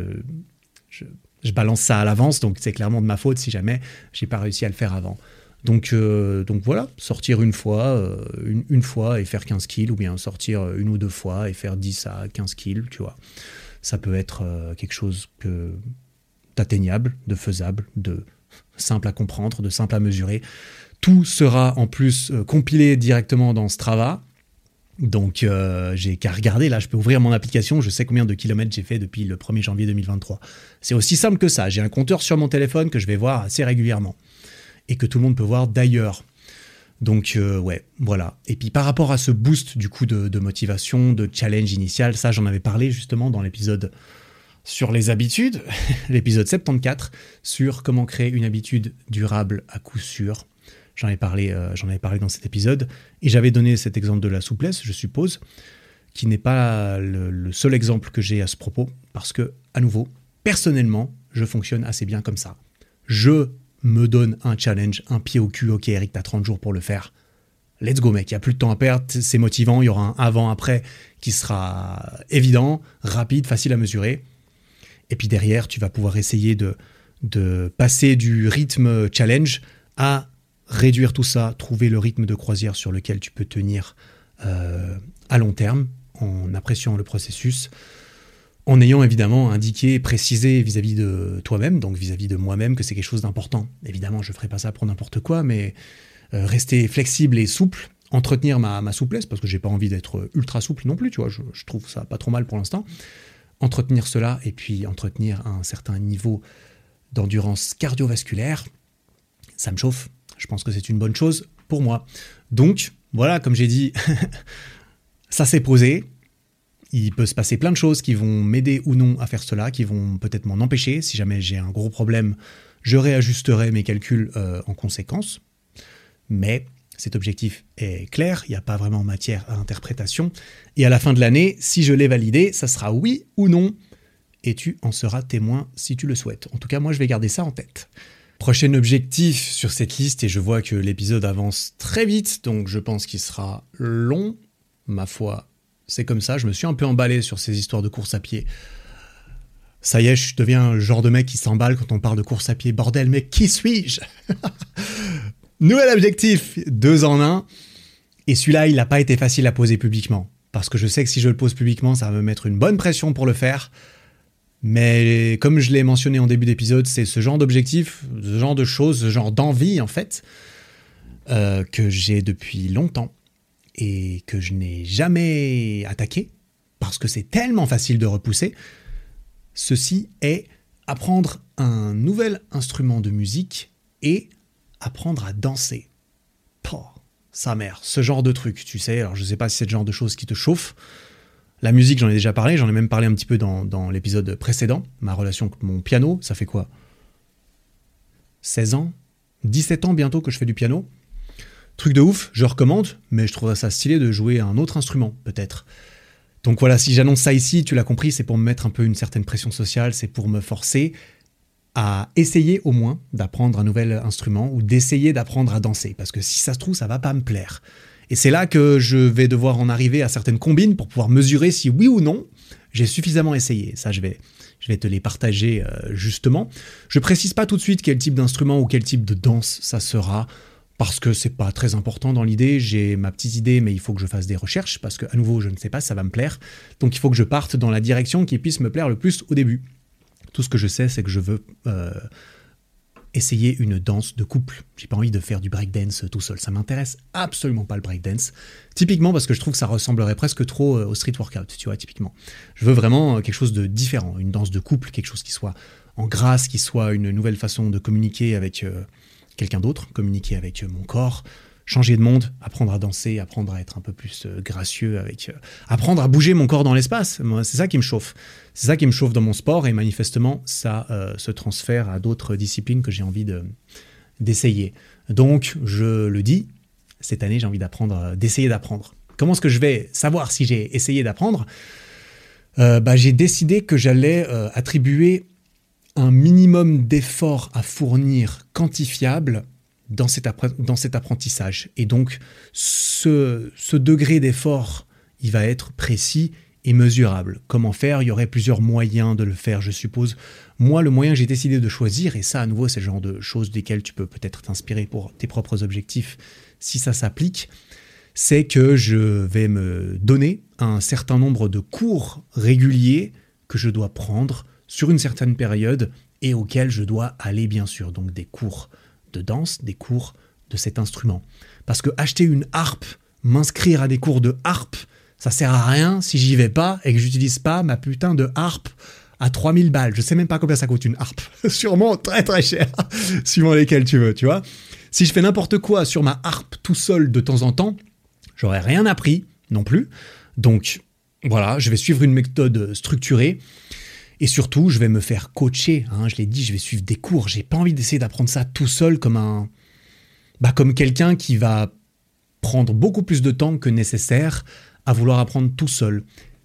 balance ça à l'avance. Donc, c'est clairement de ma faute si jamais je n'ai pas réussi à le faire avant. Donc voilà, sortir une fois et faire 15 kills. Ou bien sortir une ou deux fois et faire 10 à 15 kills, tu vois. Ça peut être quelque chose d'atteignable, de faisable, de simple à comprendre, de simple à mesurer. Tout sera en plus compilé directement dans Strava. Donc j'ai qu'à regarder, là je peux ouvrir mon application, je sais combien de kilomètres j'ai fait depuis le 1er janvier 2023. C'est aussi simple que ça, j'ai un compteur sur mon téléphone que je vais voir assez régulièrement. Et que tout le monde peut voir d'ailleurs. Donc ouais, voilà. Et puis par rapport à ce boost du coup de motivation, de challenge initial, ça j'en avais parlé justement dans l'épisode sur les habitudes, l'épisode 74, sur comment créer une habitude durable à coup sûr. J'en avais parlé dans cet épisode, et j'avais donné cet exemple de la souplesse, je suppose, qui n'est pas le seul exemple que j'ai à ce propos, parce que, à nouveau, personnellement, je fonctionne assez bien comme ça. Je me donne un challenge, un pied au cul, ok Eric, t'as 30 jours pour le faire. Let's go mec, il n'y a plus de temps à perdre, c'est motivant, il y aura un avant-après qui sera évident, rapide, facile à mesurer. Et puis derrière, tu vas pouvoir essayer de passer du rythme challenge à réduire tout ça, trouver le rythme de croisière sur lequel tu peux tenir à long terme, en appréciant le processus, en ayant évidemment indiqué et précisé vis-à-vis de toi-même, donc vis-à-vis de moi-même, que c'est quelque chose d'important. Évidemment, je ne ferai pas ça pour n'importe quoi, mais rester flexible et souple, entretenir ma souplesse, parce que j'ai pas envie d'être ultra souple non plus, tu vois, je trouve ça pas trop mal pour l'instant. Entretenir cela et puis entretenir un certain niveau d'endurance cardiovasculaire, ça me chauffe. Je pense que c'est une bonne chose pour moi. Donc, voilà, comme j'ai dit, ça s'est posé. Il peut se passer plein de choses qui vont m'aider ou non à faire cela, qui vont peut-être m'en empêcher. Si jamais j'ai un gros problème, je réajusterai mes calculs en conséquence. Mais cet objectif est clair, il n'y a pas vraiment matière à interprétation. Et à la fin de l'année, si je l'ai validé, ça sera oui ou non. Et tu en seras témoin si tu le souhaites. En tout cas, moi, je vais garder ça en tête. Prochain objectif sur cette liste, et je vois que l'épisode avance très vite, donc je pense qu'il sera long. Ma foi, c'est comme ça, je me suis un peu emballé sur ces histoires de course à pied. Ça y est, je deviens le genre de mec qui s'emballe quand on parle de course à pied. Bordel, mais qui suis-je ? Nouvel objectif, 2 en 1. Et celui-là, il n'a pas été facile à poser publiquement. Parce que je sais que si je le pose publiquement, ça va me mettre une bonne pression pour le faire. Mais comme je l'ai mentionné en début d'épisode, c'est ce genre d'objectif, ce genre de choses, ce genre d'envie, en fait, que j'ai depuis longtemps et que je n'ai jamais attaqué, parce que c'est tellement facile de repousser. Ceci est apprendre un nouvel instrument de musique et apprendre à danser. Pouh, sa mère, ce genre de truc, tu sais. Alors, je ne sais pas si c'est le genre de choses qui te chauffe. La musique, j'en ai déjà parlé, j'en ai même parlé un petit peu dans l'épisode précédent. Ma relation avec mon piano, ça fait quoi ? 16 ans ? 17 ans bientôt que je fais du piano. Truc de ouf, je recommande, mais je trouverais ça stylé de jouer un autre instrument, peut-être. Donc voilà, si j'annonce ça ici, tu l'as compris, c'est pour me mettre un peu une certaine pression sociale, c'est pour me forcer à essayer au moins d'apprendre un nouvel instrument ou d'essayer d'apprendre à danser. Parce que si ça se trouve, ça va pas me plaire. Et c'est là que je vais devoir en arriver à certaines combines pour pouvoir mesurer si oui ou non j'ai suffisamment essayé. Ça, je vais te les partager justement. Je précise pas tout de suite quel type d'instrument ou quel type de danse ça sera, parce que c'est pas très important dans l'idée. J'ai ma petite idée, mais il faut que je fasse des recherches, parce que à nouveau, je ne sais pas si ça va me plaire. Donc il faut que je parte dans la direction qui puisse me plaire le plus au début. Tout ce que je sais, c'est que je veux essayer une danse de couple. J'ai pas envie de faire du breakdance tout seul. Ça m'intéresse absolument pas le breakdance. Typiquement parce que je trouve que ça ressemblerait presque trop au street workout, tu vois, typiquement. Je veux vraiment quelque chose de différent, une danse de couple, quelque chose qui soit en grâce, qui soit une nouvelle façon de communiquer avec quelqu'un d'autre, communiquer avec mon corps, changer de monde, apprendre à danser, apprendre à être un peu plus gracieux, apprendre à bouger mon corps dans l'espace. Moi, c'est ça qui me chauffe. C'est ça qui me chauffe dans mon sport et manifestement, ça se transfère à d'autres disciplines que j'ai envie d'essayer. Donc, je le dis, cette année, j'ai envie d'essayer d'apprendre. Comment est-ce que je vais savoir si j'ai essayé d'apprendre ? J'ai décidé que j'allais attribuer un minimum d'efforts à fournir quantifiable dans cet apprentissage. Et donc, ce degré d'effort, il va être précis et mesurable. Comment faire ? Il y aurait plusieurs moyens de le faire, je suppose. Moi, le moyen que j'ai décidé de choisir, et ça, à nouveau, c'est le genre de choses desquelles tu peux peut-être t'inspirer pour tes propres objectifs, si ça s'applique, c'est que je vais me donner un certain nombre de cours réguliers que je dois prendre sur une certaine période et auxquels je dois aller, bien sûr. Donc, des cours de danse, des cours de cet instrument. Parce que acheter une harpe, m'inscrire à des cours de harpe, ça sert à rien si j'y vais pas et que j'utilise pas ma putain de harpe à 3000 balles. Je sais même pas combien ça coûte une harpe. Sûrement très très cher, suivant lesquels tu veux, tu vois. Si je fais n'importe quoi sur ma harpe tout seul de temps en temps, j'aurais rien appris non plus. Donc voilà, je vais suivre une méthode structurée. Et surtout, je vais me faire coacher. Je l'ai dit, je vais suivre des cours. J'ai pas envie d'essayer d'apprendre ça tout seul comme quelqu'un qui va prendre beaucoup plus de temps que nécessaire à vouloir apprendre tout seul.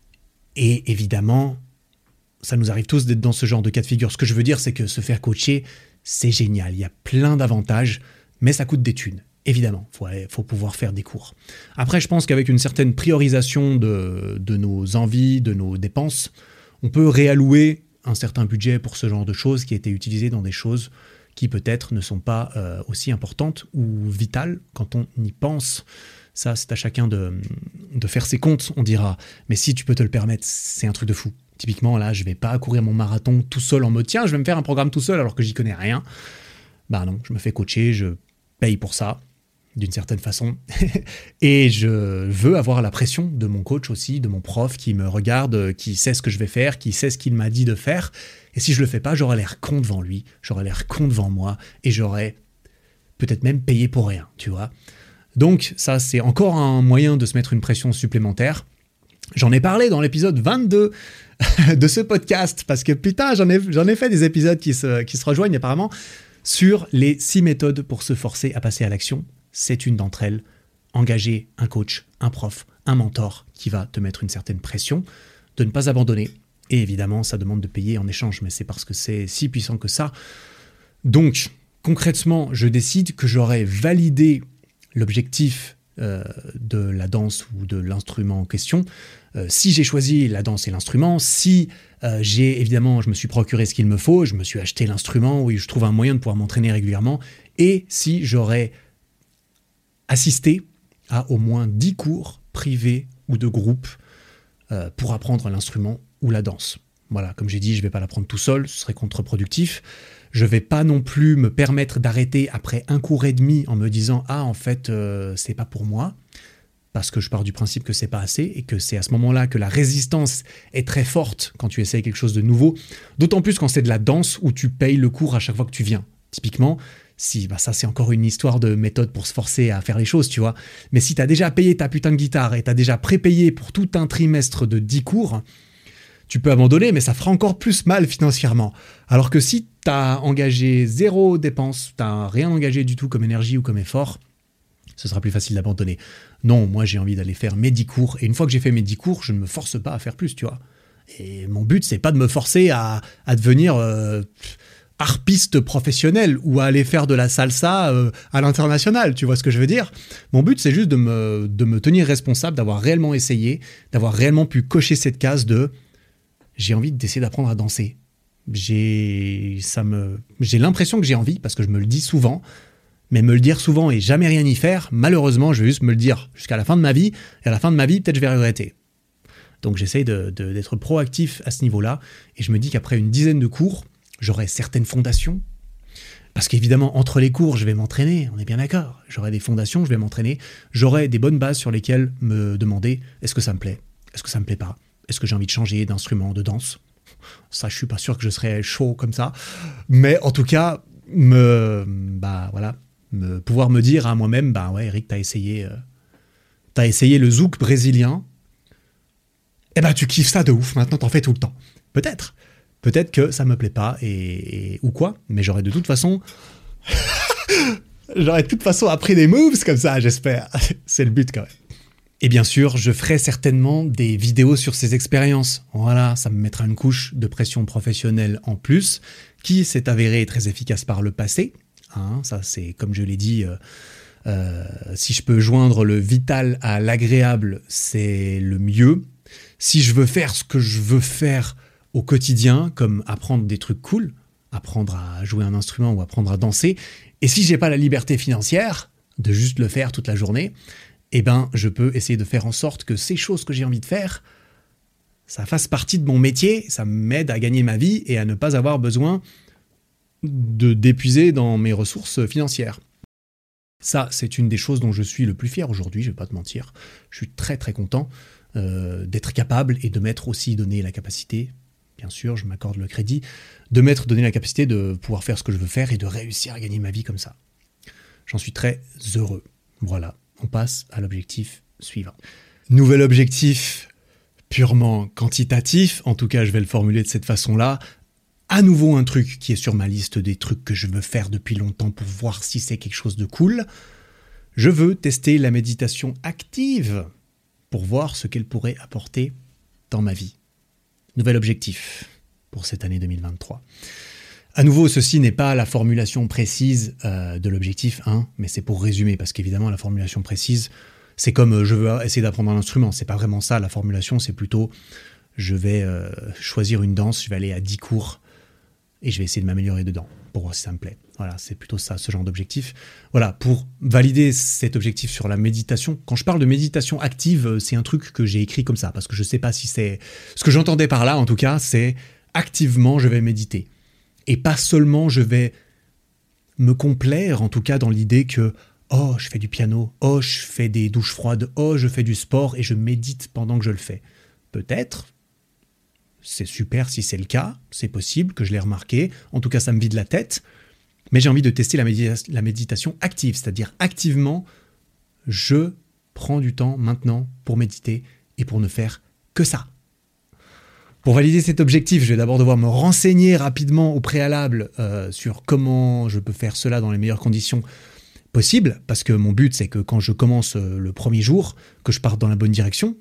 Et évidemment, ça nous arrive tous d'être dans ce genre de cas de figure. Ce que je veux dire, c'est que se faire coacher, c'est génial. Il y a plein d'avantages, mais ça coûte des thunes. Évidemment, faut pouvoir faire des cours. Après, je pense qu'avec une certaine priorisation de nos envies, de nos dépenses, on peut réallouer un certain budget pour ce genre de choses qui a été utilisé dans des choses qui peut-être ne sont pas aussi importantes ou vitales quand on y pense. Ça, c'est à chacun de faire ses comptes, on dira. Mais si tu peux te le permettre, c'est un truc de fou. Typiquement, là, je vais pas courir mon marathon tout seul en mode « Tiens, je vais me faire un programme tout seul alors que j'y connais rien. » Bah non, je me fais coacher, je paye pour ça, d'une certaine façon. Et je veux avoir la pression de mon coach aussi, de mon prof qui me regarde, qui sait ce que je vais faire, qui sait ce qu'il m'a dit de faire. Et si je le fais pas, j'aurai l'air con devant lui, j'aurai l'air con devant moi et j'aurai peut-être même payé pour rien, tu vois. Donc ça, c'est encore un moyen de se mettre une pression supplémentaire. J'en ai parlé dans l'épisode 22 de ce podcast parce que putain, j'en ai fait des épisodes qui se rejoignent apparemment sur les 6 méthodes pour se forcer à passer à l'action. C'est une d'entre elles, engager un coach, un prof, un mentor qui va te mettre une certaine pression de ne pas abandonner. Et évidemment, ça demande de payer en échange, mais c'est parce que c'est si puissant que ça. Donc, concrètement, je décide que j'aurai validé l'objectif de la danse ou de l'instrument en question. Si j'ai choisi la danse et l'instrument, si je me suis procuré ce qu'il me faut, je me suis acheté l'instrument, oui, je trouve un moyen de pouvoir m'entraîner régulièrement, et si j'aurais assisté à au moins 10 cours privés ou de groupe pour apprendre l'instrument ou la danse. Voilà, comme j'ai dit, je ne vais pas l'apprendre tout seul, ce serait contre-productif. Je ne vais pas non plus me permettre d'arrêter après 1 cours et demi en me disant « Ah, en fait, c'est pas pour moi », parce que je pars du principe que c'est pas assez et que c'est à ce moment-là que la résistance est très forte quand tu essayes quelque chose de nouveau, d'autant plus quand c'est de la danse où tu payes le cours à chaque fois que tu viens. Typiquement, ça c'est encore une histoire de méthode pour se forcer à faire les choses, tu vois. Mais si tu as déjà payé ta putain de guitare et tu as déjà prépayé pour tout un trimestre de 10 cours, tu peux abandonner, mais ça fera encore plus mal financièrement. Alors que si tu as engagé 0 dépense, tu n'as rien engagé du tout comme énergie ou comme effort, ce sera plus facile d'abandonner. Non, moi j'ai envie d'aller faire mes 10 cours, et une fois que j'ai fait mes 10 cours, je ne me force pas à faire plus, tu vois. Et mon but, c'est pas de me forcer à devenir harpiste professionnel ou à aller faire de la salsa à l'international, tu vois ce que je veux dire ? Mon but, c'est juste de me tenir responsable, d'avoir réellement essayé, d'avoir réellement pu cocher cette case de « j'ai envie d'essayer d'apprendre à danser ». J'ai l'impression que j'ai envie, parce que je me le dis souvent, mais me le dire souvent et jamais rien y faire, malheureusement, je vais juste me le dire jusqu'à la fin de ma vie, et à la fin de ma vie, peut-être je vais regretter. Donc j'essaye d'être proactif à ce niveau-là, et je me dis qu'après une dizaine de cours, j'aurai certaines fondations, Parce qu'évidemment, entre les cours, je vais m'entraîner, on est bien d'accord. J'aurai des fondations, je vais m'entraîner. J'aurai des bonnes bases sur lesquelles me demander est-ce que ça me plaît ? Est-ce que ça me plaît pas ? Est-ce que j'ai envie de changer d'instrument, de danse ? Ça, je suis pas sûr que je serais chaud comme ça. Mais en tout cas, pouvoir me dire à moi-même, ouais, Eric, t'as essayé le zouk brésilien. Tu kiffes ça de ouf, maintenant t'en fais tout le temps. Peut-être que ça me plaît pas ou quoi, mais j'aurais de toute façon appris des moves comme ça, j'espère. C'est le but quand même. Et bien sûr, je ferai certainement des vidéos sur ces expériences. Voilà, ça me mettra une couche de pression professionnelle en plus, qui s'est avérée très efficace par le passé. Ça, c'est comme je l'ai dit, si je peux joindre le vital à l'agréable, c'est le mieux. Si je veux faire ce que je veux faire au quotidien, comme apprendre des trucs cool, apprendre à jouer un instrument ou apprendre à danser, et si j'ai pas la liberté financière de juste le faire toute la journée, je peux essayer de faire en sorte que ces choses que j'ai envie de faire, ça fasse partie de mon métier, ça m'aide à gagner ma vie et à ne pas avoir besoin d'épuiser dans mes ressources financières. Ça, c'est une des choses dont je suis le plus fier aujourd'hui, je vais pas te mentir. Je suis très très content d'être capable et de m'être aussi donné la capacité, bien sûr, je m'accorde le crédit, de m'être donné la capacité de pouvoir faire ce que je veux faire et de réussir à gagner ma vie comme ça. J'en suis très heureux. Voilà, on passe à l'objectif suivant. Nouvel objectif purement quantitatif, en tout cas je vais le formuler de cette façon-là. À nouveau un truc qui est sur ma liste des trucs que je veux faire depuis longtemps pour voir si c'est quelque chose de cool. Je veux tester la méditation active pour voir ce qu'elle pourrait apporter dans ma vie. Nouvel objectif pour cette année 2023. À nouveau, ceci n'est pas la formulation précise de l'objectif 1, mais c'est pour résumer, parce qu'évidemment, la formulation précise, c'est comme je veux essayer d'apprendre un instrument. C'est pas vraiment ça, la formulation, c'est plutôt je vais choisir une danse, je vais aller à 10 cours et je vais essayer de m'améliorer dedans pour voir si ça me plaît. Voilà, c'est plutôt ça, ce genre d'objectif. Voilà, pour valider cet objectif sur la méditation, quand je parle de méditation active, c'est un truc que j'ai écrit comme ça, parce que je sais pas si c'est... Ce que j'entendais par là, en tout cas, c'est activement, je vais méditer. Et pas seulement je vais me complaire, en tout cas dans l'idée que oh, je fais du piano, oh, je fais des douches froides, oh, je fais du sport et je médite pendant que je le fais. Peut-être, c'est super si c'est le cas, c'est possible que je l'ai remarqué, en tout cas ça me vide la tête, mais j'ai envie de tester la méditation active, c'est-à-dire activement, je prends du temps maintenant pour méditer et pour ne faire que ça. Pour valider cet objectif, je vais d'abord devoir me renseigner rapidement au préalable sur comment je peux faire cela dans les meilleures conditions possibles, parce que mon but, c'est que quand je commence le premier jour, que je parte dans la bonne direction.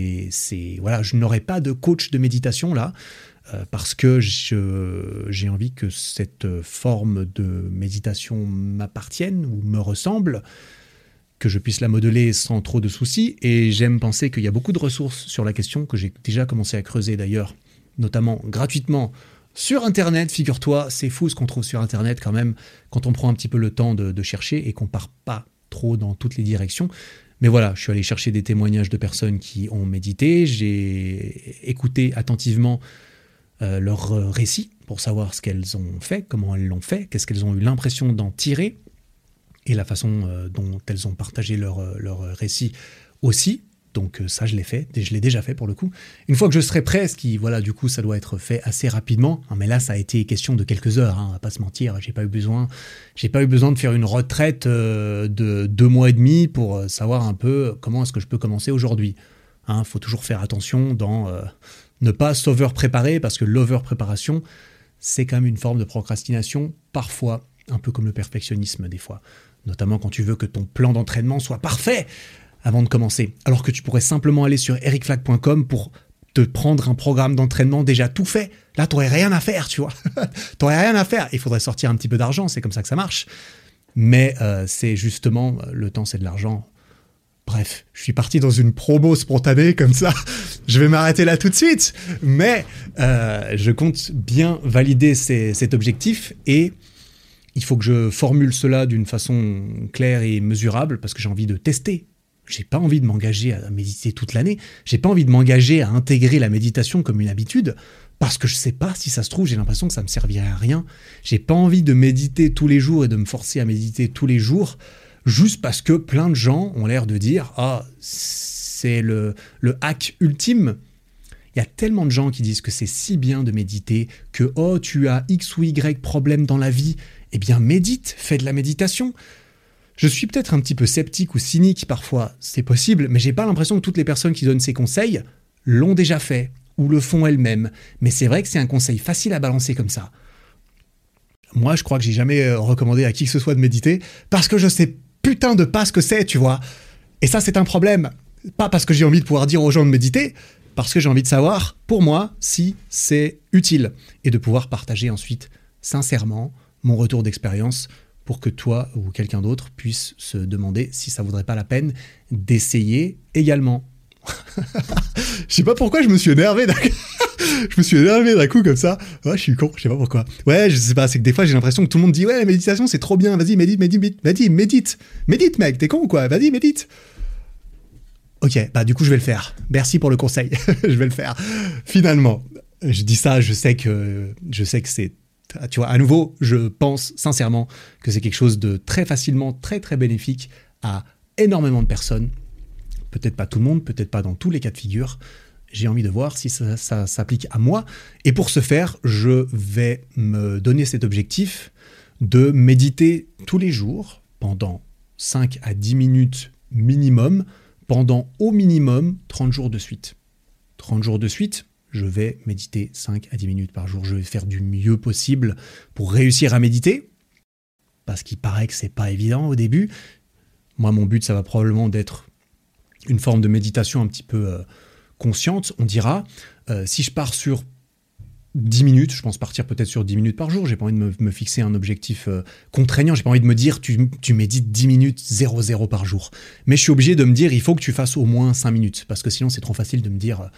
Voilà, je n'aurai pas de coach de méditation là, parce que j'ai envie que cette forme de méditation m'appartienne ou me ressemble, que je puisse la modeler sans trop de soucis, et j'aime penser qu'il y a beaucoup de ressources sur la question, que j'ai déjà commencé à creuser d'ailleurs, notamment gratuitement sur Internet, figure-toi, c'est fou ce qu'on trouve sur Internet quand même, quand on prend un petit peu le temps de chercher et qu'on part pas trop dans toutes les directions. Mais voilà, je suis allé chercher des témoignages de personnes qui ont médité, j'ai écouté attentivement leurs récits pour savoir ce qu'elles ont fait, comment elles l'ont fait, qu'est-ce qu'elles ont eu l'impression d'en tirer, et la façon dont elles ont partagé leur récit aussi. Donc ça, je l'ai déjà fait pour le coup. Une fois que je serai prêt, du coup, ça doit être fait assez rapidement. Mais là, ça a été question de quelques heures, on va pas se mentir. J'ai pas eu besoin de faire une retraite de 2 mois et demi pour savoir un peu comment est-ce que je peux commencer aujourd'hui. Faut toujours faire attention dans ne pas s'over-préparer, parce que l'over-préparation, c'est quand même une forme de procrastination, parfois, un peu comme le perfectionnisme des fois. Notamment quand tu veux que ton plan d'entraînement soit parfait avant de commencer. Alors que tu pourrais simplement aller sur ericflack.com pour te prendre un programme d'entraînement déjà tout fait. Là, t'aurais rien à faire, tu vois. T'aurais rien à faire. Il faudrait sortir un petit peu d'argent, c'est comme ça que ça marche. Mais c'est justement, le temps, c'est de l'argent. Bref, je suis parti dans une promo spontanée comme ça. Je vais m'arrêter là tout de suite. Mais je compte bien valider cet objectif et il faut que je formule cela d'une façon claire et mesurable parce que j'ai envie de tester. J'ai pas envie de m'engager à méditer toute l'année. J'ai pas envie de m'engager à intégrer la méditation comme une habitude Parce que je sais pas, si ça se trouve, j'ai l'impression que ça me servirait à rien. J'ai pas envie de méditer tous les jours et de me forcer à méditer tous les jours, juste parce que plein de gens ont l'air de dire « Ah, c'est le hack ultime ». Il y a tellement de gens qui disent que c'est si bien de méditer, que « Oh, tu as X ou Y problème dans la vie ». Eh bien, médite, fais de la méditation. Je suis peut-être un petit peu sceptique ou cynique parfois, c'est possible, mais j'ai pas l'impression que toutes les personnes qui donnent ces conseils l'ont déjà fait ou le font elles-mêmes. Mais c'est vrai que c'est un conseil facile à balancer comme ça. Moi, je crois que j'ai jamais recommandé à qui que ce soit de méditer parce que je sais putain de pas ce que c'est, tu vois. Et ça, c'est un problème. Pas parce que j'ai envie de pouvoir dire aux gens de méditer, parce que j'ai envie de savoir, pour moi, si c'est utile et de pouvoir partager ensuite sincèrement mon retour d'expérience pour que toi ou quelqu'un d'autre puisse se demander si ça vaudrait pas la peine d'essayer également. Je sais pas pourquoi je me suis énervé d'un coup comme ça. Ouais, je suis con, je sais pas pourquoi. Ouais, je sais pas, c'est que des fois j'ai l'impression que tout le monde dit ouais, la méditation c'est trop bien, vas-y, médite mec, t'es con ou quoi, vas-y, médite. Ok, bah du coup je vais le faire. Merci pour le conseil, je vais le faire. Finalement, je dis ça, je sais que c'est, tu vois, à nouveau, je pense sincèrement que c'est quelque chose de très facilement, très très bénéfique à énormément de personnes. Peut-être pas tout le monde, peut-être pas dans tous les cas de figure. J'ai envie de voir si ça s'applique à moi. Et pour ce faire, je vais me donner cet objectif de méditer tous les jours pendant 5 à 10 minutes minimum, pendant au minimum 30 jours de suite. 30 jours de suite, je vais méditer 5 à 10 minutes par jour. Je vais faire du mieux possible pour réussir à méditer, parce qu'il paraît que c'est pas évident au début. Moi, mon but, ça va probablement d'être une forme de méditation un petit peu consciente, on dira. Si je pars sur 10 minutes, je pense partir peut-être sur 10 minutes par jour, j'ai pas envie de me fixer un objectif contraignant, j'ai pas envie de me dire tu médites 10 minutes 0,0 par jour. Mais je suis obligé de me dire il faut que tu fasses au moins 5 minutes, parce que sinon c'est trop facile de me dire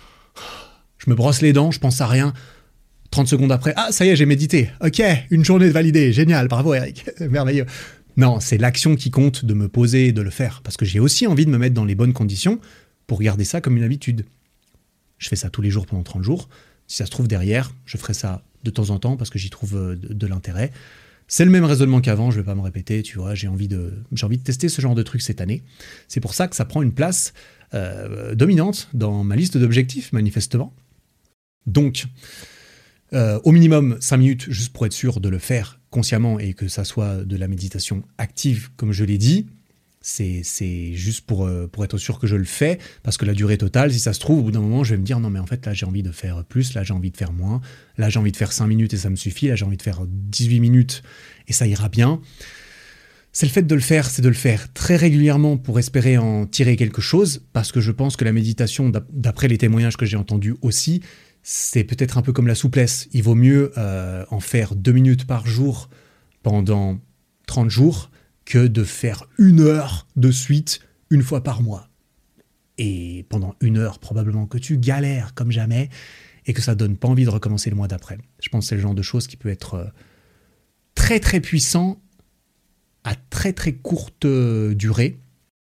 je me brosse les dents, je pense à rien, 30 secondes après, ah ça y est j'ai médité, ok, une journée de validée, génial, bravo Eric, merveilleux. Non, c'est l'action qui compte, de me poser et de le faire. Parce que j'ai aussi envie de me mettre dans les bonnes conditions pour garder ça comme une habitude. Je fais ça tous les jours pendant 30 jours. Si ça se trouve derrière, je ferai ça de temps en temps parce que j'y trouve de l'intérêt. C'est le même raisonnement qu'avant, je ne vais pas me répéter, tu vois, j'ai envie de tester ce genre de truc cette année. C'est pour ça que ça prend une place dominante dans ma liste d'objectifs, manifestement. Donc, au minimum 5 minutes, juste pour être sûr de le faire consciemment et que ça soit de la méditation active, comme je l'ai dit. C'est juste pour être sûr que je le fais, parce que la durée totale, si ça se trouve, au bout d'un moment, je vais me dire non mais en fait là j'ai envie de faire plus, là j'ai envie de faire moins, là j'ai envie de faire 5 minutes et ça me suffit, là j'ai envie de faire 18 minutes et ça ira bien. C'est le fait de le faire, c'est de le faire très régulièrement pour espérer en tirer quelque chose, parce que je pense que la méditation, d'après les témoignages que j'ai entendus aussi, c'est peut-être un peu comme la souplesse. Il vaut mieux en faire 2 minutes par jour pendant 30 jours que de faire 1 heure de suite une fois par mois. Et pendant 1 heure, probablement que tu galères comme jamais et que ça donne pas envie de recommencer le mois d'après. Je pense que c'est le genre de choses qui peut être très très puissant à très très courte durée,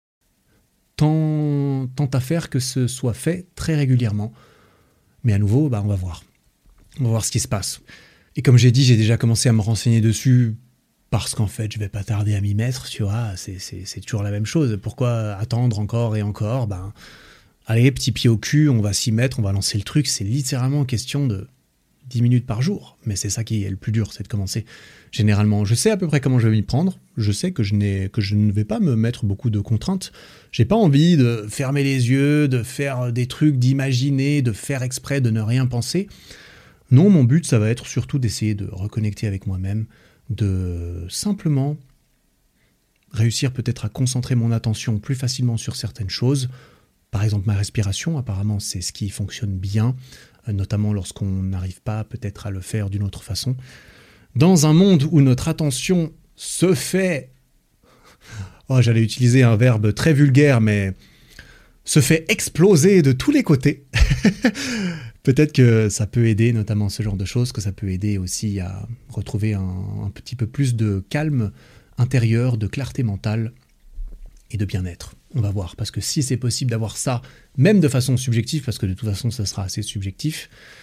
tant à faire que ce soit fait très régulièrement. Mais à nouveau, on va voir. On va voir ce qui se passe. Et comme j'ai dit, j'ai déjà commencé à me renseigner dessus parce qu'en fait, je vais pas tarder à m'y mettre, tu vois. C'est toujours la même chose. Pourquoi attendre encore et encore ? Allez, petit pied au cul, on va s'y mettre, on va lancer le truc. C'est littéralement question de 10 minutes par jour. Mais c'est ça qui est le plus dur, c'est de commencer. Généralement, je sais à peu près comment je vais m'y prendre. Je sais que je ne vais pas me mettre beaucoup de contraintes. J'ai pas envie de fermer les yeux, de faire des trucs, d'imaginer, de faire exprès, de ne rien penser. Non, mon but, ça va être surtout d'essayer de reconnecter avec moi-même, de simplement réussir peut-être à concentrer mon attention plus facilement sur certaines choses. Par exemple, ma respiration, apparemment, c'est ce qui fonctionne bien, notamment lorsqu'on n'arrive pas peut-être à le faire d'une autre façon. Dans un monde où notre attention se fait... Oh, j'allais utiliser un verbe très vulgaire, mais se fait exploser de tous les côtés. Peut-être que ça peut aider, notamment ce genre de choses, que ça peut aider aussi à retrouver un petit peu plus de calme intérieur, de clarté mentale et de bien-être. On va voir, parce que si c'est possible d'avoir ça, même de façon subjective, parce que de toute façon, ça sera assez subjectif,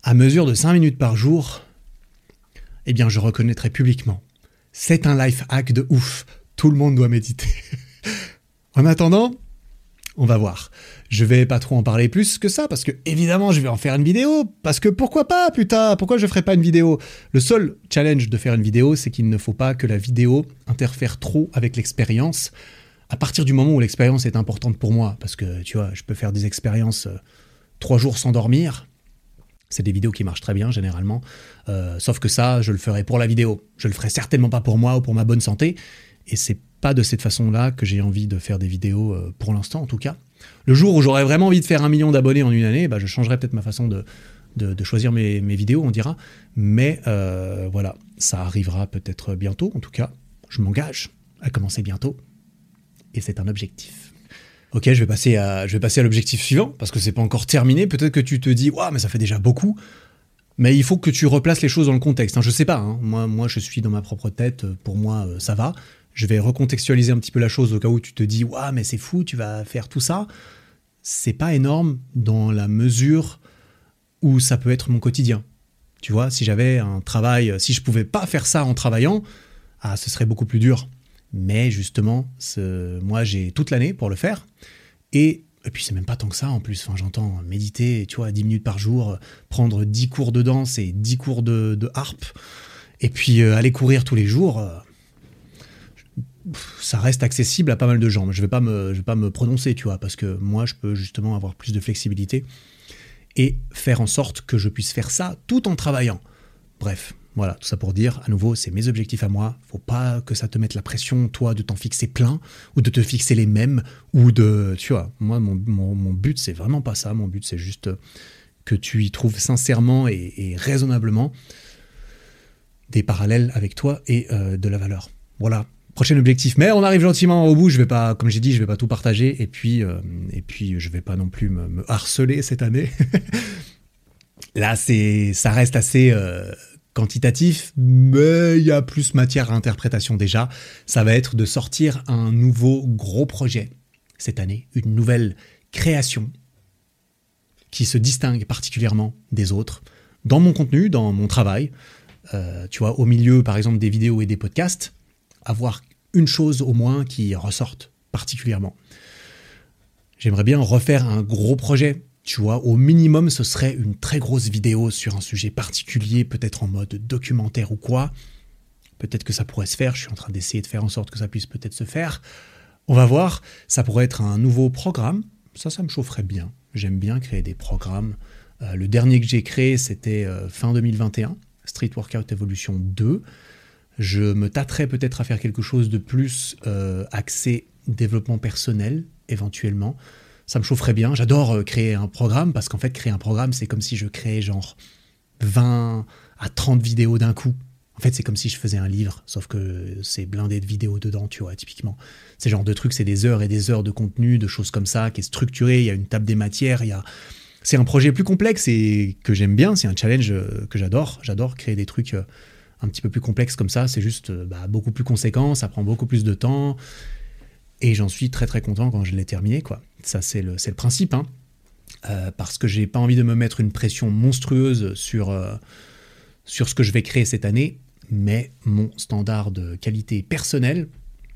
à mesure de 5 minutes par jour, eh bien je reconnaîtrai publiquement. C'est un life hack de ouf. Tout le monde doit méditer. En attendant, on va voir. Je vais pas trop en parler plus que ça, parce que évidemment je vais en faire une vidéo, parce que pourquoi pas, putain, pourquoi je ferais pas une vidéo? Le seul challenge de faire une vidéo, c'est qu'il ne faut pas que la vidéo interfère trop avec l'expérience, à partir du moment où l'expérience est importante pour moi, parce que tu vois, je peux faire des expériences 3 jours sans dormir, c'est des vidéos qui marchent très bien généralement, sauf que ça, je le ferai pour la vidéo, je le ferai certainement pas pour moi ou pour ma bonne santé, et c'est pas de cette façon-là que j'ai envie de faire des vidéos, pour l'instant en tout cas. Le jour où j'aurais vraiment envie de faire 1 million d'abonnés en une année, bah, je changerai peut-être ma façon de choisir mes vidéos, on dira. Mais voilà, ça arrivera peut-être bientôt, en tout cas. Je m'engage à commencer bientôt. Et c'est un objectif. Ok, je vais passer à l'objectif suivant, parce que c'est pas encore terminé. Peut-être que tu te dis, waouh, mais ça fait déjà beaucoup. Mais il faut que tu replaces les choses dans le contexte. Hein. Je sais pas, hein. Moi, je suis dans ma propre tête. Pour moi, ça va. Je vais recontextualiser un petit peu la chose au cas où tu te dis « Waouh, mais c'est fou, tu vas faire tout ça ». C'est pas énorme dans la mesure où ça peut être mon quotidien. Tu vois, si j'avais un travail, si je pouvais pas faire ça en travaillant, ce serait beaucoup plus dur. Mais justement, moi j'ai toute l'année pour le faire. Et puis c'est même pas tant que ça en plus. Enfin, j'entends méditer, tu vois, 10 minutes par jour, prendre 10 cours de danse et 10 cours de harpe. Et puis aller courir tous les jours... ça reste accessible à pas mal de gens. Je vais pas me prononcer, tu vois, parce que moi, je peux justement avoir plus de flexibilité et faire en sorte que je puisse faire ça tout en travaillant. Bref, voilà, tout ça pour dire, à nouveau, c'est mes objectifs à moi. Faut pas que ça te mette la pression, toi, de t'en fixer plein, ou de te fixer les mêmes, ou de... Tu vois, moi, mon but, c'est vraiment pas ça. Mon but, c'est juste que tu y trouves sincèrement et raisonnablement des parallèles avec toi et de la valeur. Voilà. Prochain objectif, mais on arrive gentiment au bout. Je vais pas, comme j'ai dit, je vais pas tout partager et puis je vais pas non plus me harceler cette année. Là, ça reste assez quantitatif, mais il y a plus matière à interprétation déjà. Ça va être de sortir un nouveau gros projet cette année, une nouvelle création qui se distingue particulièrement des autres dans mon contenu, dans mon travail. Tu vois, au milieu, par exemple, des vidéos et des podcasts. Avoir une chose au moins qui ressorte particulièrement. J'aimerais bien refaire un gros projet, tu vois, au minimum ce serait une très grosse vidéo sur un sujet particulier, peut-être en mode documentaire ou quoi. Peut-être que ça pourrait se faire, je suis en train d'essayer de faire en sorte que ça puisse peut-être se faire. On va voir, ça pourrait être un nouveau programme, ça me chaufferait bien. J'aime bien créer des programmes. Le dernier que j'ai créé, c'était fin 2021, Street Workout Evolution 2. Je me tâterais peut-être à faire quelque chose de plus axé développement personnel, éventuellement. Ça me chaufferait bien. J'adore créer un programme, parce qu'en fait, créer un programme, c'est comme si je créais genre 20 à 30 vidéos d'un coup. En fait, c'est comme si je faisais un livre, sauf que c'est blindé de vidéos dedans, tu vois, typiquement. Ces genres de trucs, c'est des heures et des heures de contenu, de choses comme ça, qui est structuré, il y a une table des matières, C'est un projet plus complexe et que j'aime bien, c'est un challenge que j'adore. J'adore créer des trucs... un petit peu plus complexe comme ça, c'est juste beaucoup plus conséquent, ça prend beaucoup plus de temps, et j'en suis très très content quand je l'ai terminé, quoi. Ça c'est le principe, hein. Parce que j'ai pas envie de me mettre une pression monstrueuse sur ce que je vais créer cette année, mais mon standard de qualité personnelle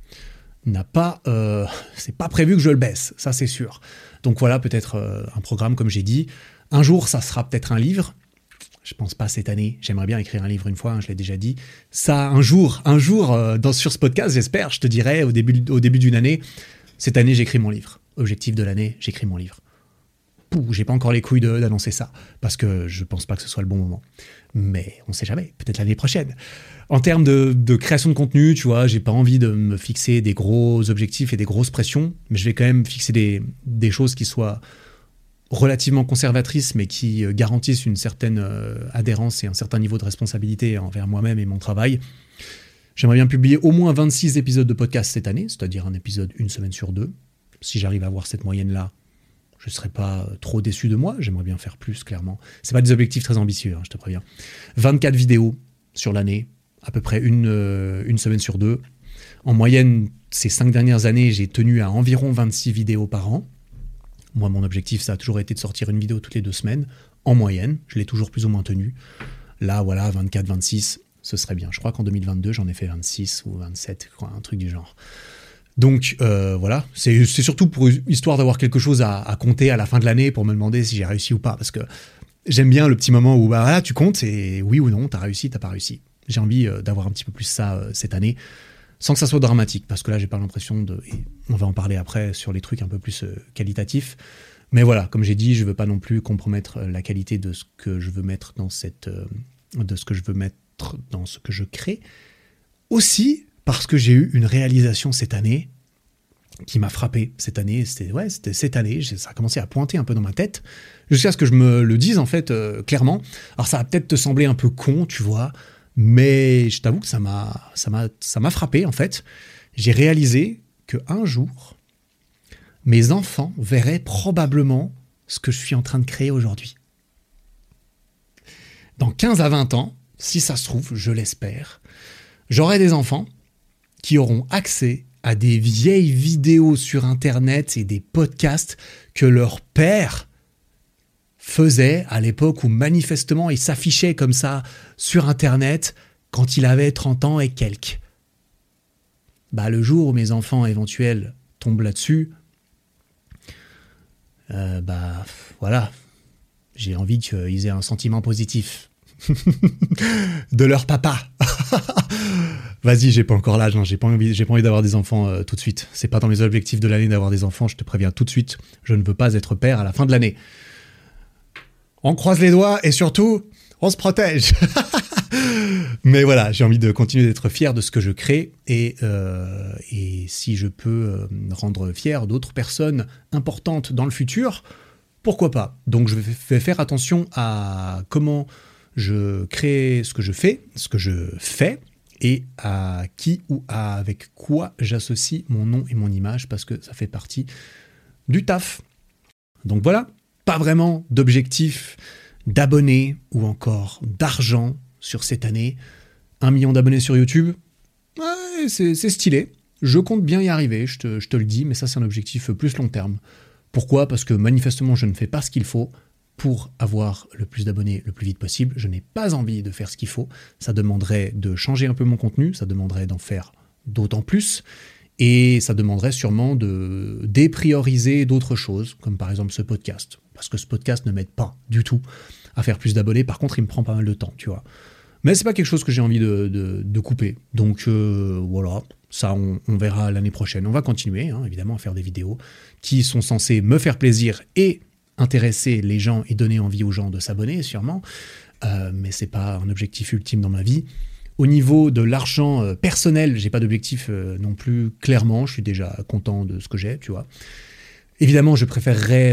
c'est pas prévu que je le baisse, ça c'est sûr. Donc voilà, peut-être un programme comme j'ai dit. Un jour ça sera peut-être un livre. Je pense pas cette année. J'aimerais bien écrire un livre une fois, hein, je l'ai déjà dit. Ça, un jour, sur ce podcast, j'espère, je te dirai au début d'une année, cette année, j'écris mon livre. Objectif de l'année, j'écris mon livre. J'ai pas encore les couilles d'annoncer ça, parce que je pense pas que ce soit le bon moment. Mais on sait jamais, peut-être l'année prochaine. En termes de création de contenu, tu vois, j'ai pas envie de me fixer des gros objectifs et des grosses pressions, mais je vais quand même fixer des choses qui soient relativement conservatrices, mais qui garantissent une certaine adhérence et un certain niveau de responsabilité envers moi-même et mon travail. J'aimerais bien publier au moins 26 épisodes de podcast cette année, c'est-à-dire un épisode une semaine sur 2. Si j'arrive à avoir cette moyenne-là, je ne serais pas trop déçu de moi. J'aimerais bien faire plus, clairement. Ce pas des objectifs très ambitieux, hein, je te préviens. 24 vidéos sur l'année, à peu près une semaine sur 2. En moyenne, ces 5 dernières années, j'ai tenu à environ 26 vidéos par an. Moi, mon objectif, ça a toujours été de sortir une vidéo toutes les 2 semaines, en moyenne. Je l'ai toujours plus ou moins tenu. Là, voilà, 24, 26, ce serait bien. Je crois qu'en 2022, j'en ai fait 26 ou 27, quoi, un truc du genre. Donc, voilà, c'est surtout pour histoire d'avoir quelque chose à compter à la fin de l'année pour me demander si j'ai réussi ou pas. Parce que j'aime bien le petit moment où bah, voilà, tu comptes et oui ou non, t'as réussi, t'as pas réussi. J'ai envie d'avoir un petit peu plus ça cette année, sans que ça soit dramatique. Parce que là, j'ai pas l'impression de... Et on va en parler après sur les trucs un peu plus qualitatifs. Mais voilà, comme j'ai dit, je veux pas non plus compromettre la qualité de ce que je veux mettre dans de ce que je veux mettre dans ce que je crée. Aussi, parce que j'ai eu une réalisation cette année qui m'a frappé. Cette année, c'était cette année, ça a commencé à pointer un peu dans ma tête, jusqu'à ce que je me le dise en fait clairement. Alors ça va peut-être te sembler un peu con, tu vois, mais je t'avoue que ça m'a frappé en fait. J'ai réalisé qu'un jour, mes enfants verraient probablement ce que je suis en train de créer aujourd'hui. Dans 15 à 20 ans, si ça se trouve, je l'espère, j'aurai des enfants qui auront accès à des vieilles vidéos sur Internet et des podcasts que leur père faisait à l'époque où manifestement il s'affichait comme ça sur Internet quand il avait 30 ans et quelques. Bah, le jour où mes enfants éventuels tombent là-dessus, bah voilà, j'ai envie qu'ils aient un sentiment positif de leur papa. Vas-y, j'ai pas encore l'âge, j'ai pas envie d'avoir des enfants tout de suite. C'est pas dans mes objectifs de l'année d'avoir des enfants, je te préviens tout de suite. Je ne veux pas être père à la fin de l'année. On croise les doigts et surtout, on se protège. Mais voilà, j'ai envie de continuer d'être fier de ce que je crée et si je peux rendre fier d'autres personnes importantes dans le futur, pourquoi pas. Donc je vais faire attention à comment je crée ce que je fais et à qui ou avec quoi j'associe mon nom et mon image parce que ça fait partie du taf. Donc voilà, pas vraiment d'objectif d'abonnés ou encore d'argent sur cette année. 1 million d'abonnés sur YouTube, ouais, c'est stylé. Je compte bien y arriver, je te le dis, mais ça c'est un objectif plus long terme. Pourquoi ? Parce que manifestement je ne fais pas ce qu'il faut pour avoir le plus d'abonnés le plus vite possible. Je n'ai pas envie de faire ce qu'il faut. Ça demanderait de changer un peu mon contenu, ça demanderait d'en faire d'autant plus, et ça demanderait sûrement de déprioriser d'autres choses, comme par exemple ce podcast. Parce que ce podcast ne m'aide pas du tout à faire plus d'abonnés. Par contre, il me prend pas mal de temps, tu vois. Mais c'est pas quelque chose que j'ai envie de couper. Donc voilà, ça on verra l'année prochaine. On va continuer, évidemment, à faire des vidéos qui sont censées me faire plaisir et intéresser les gens et donner envie aux gens de s'abonner, sûrement. Mais c'est pas un objectif ultime dans ma vie. Au niveau de l'argent personnel, j'ai pas d'objectif non plus clairement. Je suis déjà content de ce que j'ai, tu vois. Évidemment, je préférerais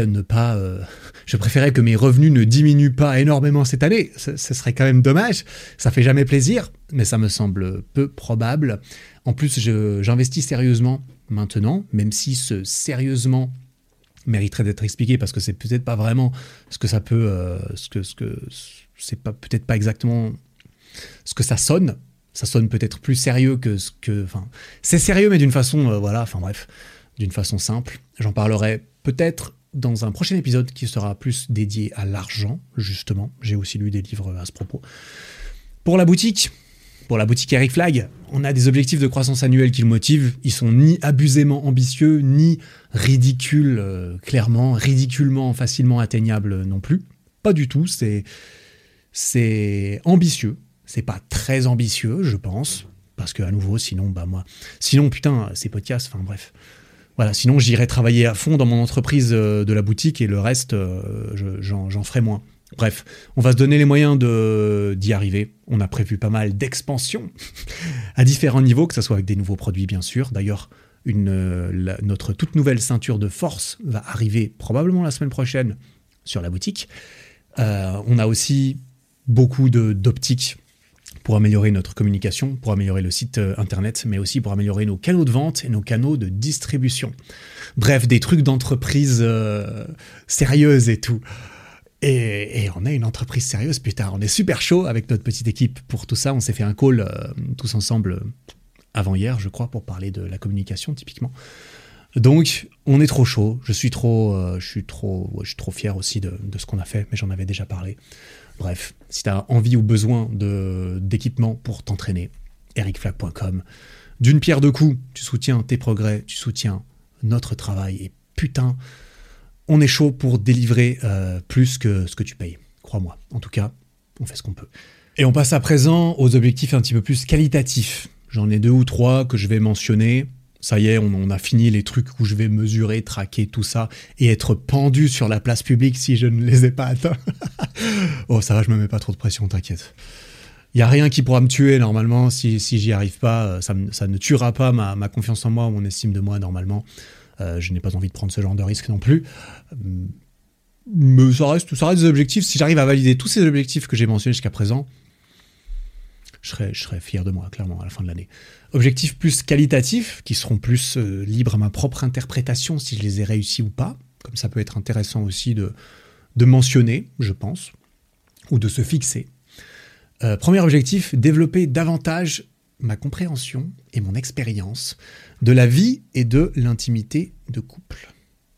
que mes revenus ne diminuent pas énormément cette année. Ce serait quand même dommage. Ça fait jamais plaisir, mais ça me semble peu probable. En plus, j'investis sérieusement maintenant, même si ce sérieusement mériterait d'être expliqué parce que c'est peut-être pas vraiment ce que ça peut, c'est pas peut-être pas exactement ce que ça sonne. Ça sonne peut-être plus sérieux c'est sérieux mais d'une façon, bref. D'une façon simple. J'en parlerai peut-être dans un prochain épisode qui sera plus dédié à l'argent, justement. J'ai aussi lu des livres à ce propos. Pour la boutique Eric Flag, on a des objectifs de croissance annuelle qui le motivent. Ils sont ni abusément ambitieux, ni ridiculement facilement atteignables non plus. Pas du tout, c'est ambitieux. C'est pas très ambitieux, je pense. Parce que à nouveau, sinon, ces podcasts, bref. Voilà, sinon j'irai travailler à fond dans mon entreprise de la boutique et le reste, j'en ferai moins. Bref, on va se donner les moyens d'y arriver. On a prévu pas mal d'expansions à différents niveaux, que ce soit avec des nouveaux produits bien sûr. D'ailleurs, notre toute nouvelle ceinture de force va arriver probablement la semaine prochaine sur la boutique. On a aussi beaucoup d'optiques pour améliorer notre communication, pour améliorer le site internet, mais aussi pour améliorer nos canaux de vente et nos canaux de distribution. Bref, des trucs d'entreprise sérieuse et tout. Et on est une entreprise sérieuse, putain, on est super chaud avec notre petite équipe pour tout ça. On s'est fait un call tous ensemble avant-hier, je crois, pour parler de la communication, typiquement. Donc, On est trop chaud, je suis trop fier aussi de ce qu'on a fait, mais j'en avais déjà parlé. Bref, si tu as envie ou besoin d'équipement pour t'entraîner, ericflack.com. D'une pierre deux coups, tu soutiens tes progrès, tu soutiens notre travail, et putain, on est chaud pour délivrer plus que ce que tu payes. Crois-moi, en tout cas, on fait ce qu'on peut. Et on passe à présent aux objectifs un petit peu plus qualitatifs. J'en ai 2 ou 3 que je vais mentionner. Ça y est, on a fini les trucs où je vais mesurer, traquer tout ça et être pendu sur la place publique si je ne les ai pas atteints. Oh, ça va, je me mets pas trop de pression, t'inquiète. Il n'y a rien qui pourra me tuer normalement si j'y arrive pas. Ça ne tuera pas ma confiance en moi ou mon estime de moi normalement. Je n'ai pas envie de prendre ce genre de risque non plus. Mais ça reste des objectifs. Si j'arrive à valider tous ces objectifs que j'ai mentionnés jusqu'à présent, je serais fier de moi, clairement, à la fin de l'année. Objectifs plus qualitatifs, qui seront plus libres à ma propre interprétation si je les ai réussis ou pas. Comme ça peut être intéressant aussi de mentionner, je pense, ou de se fixer. Premier objectif, développer davantage ma compréhension et mon expérience de la vie et de l'intimité de couple.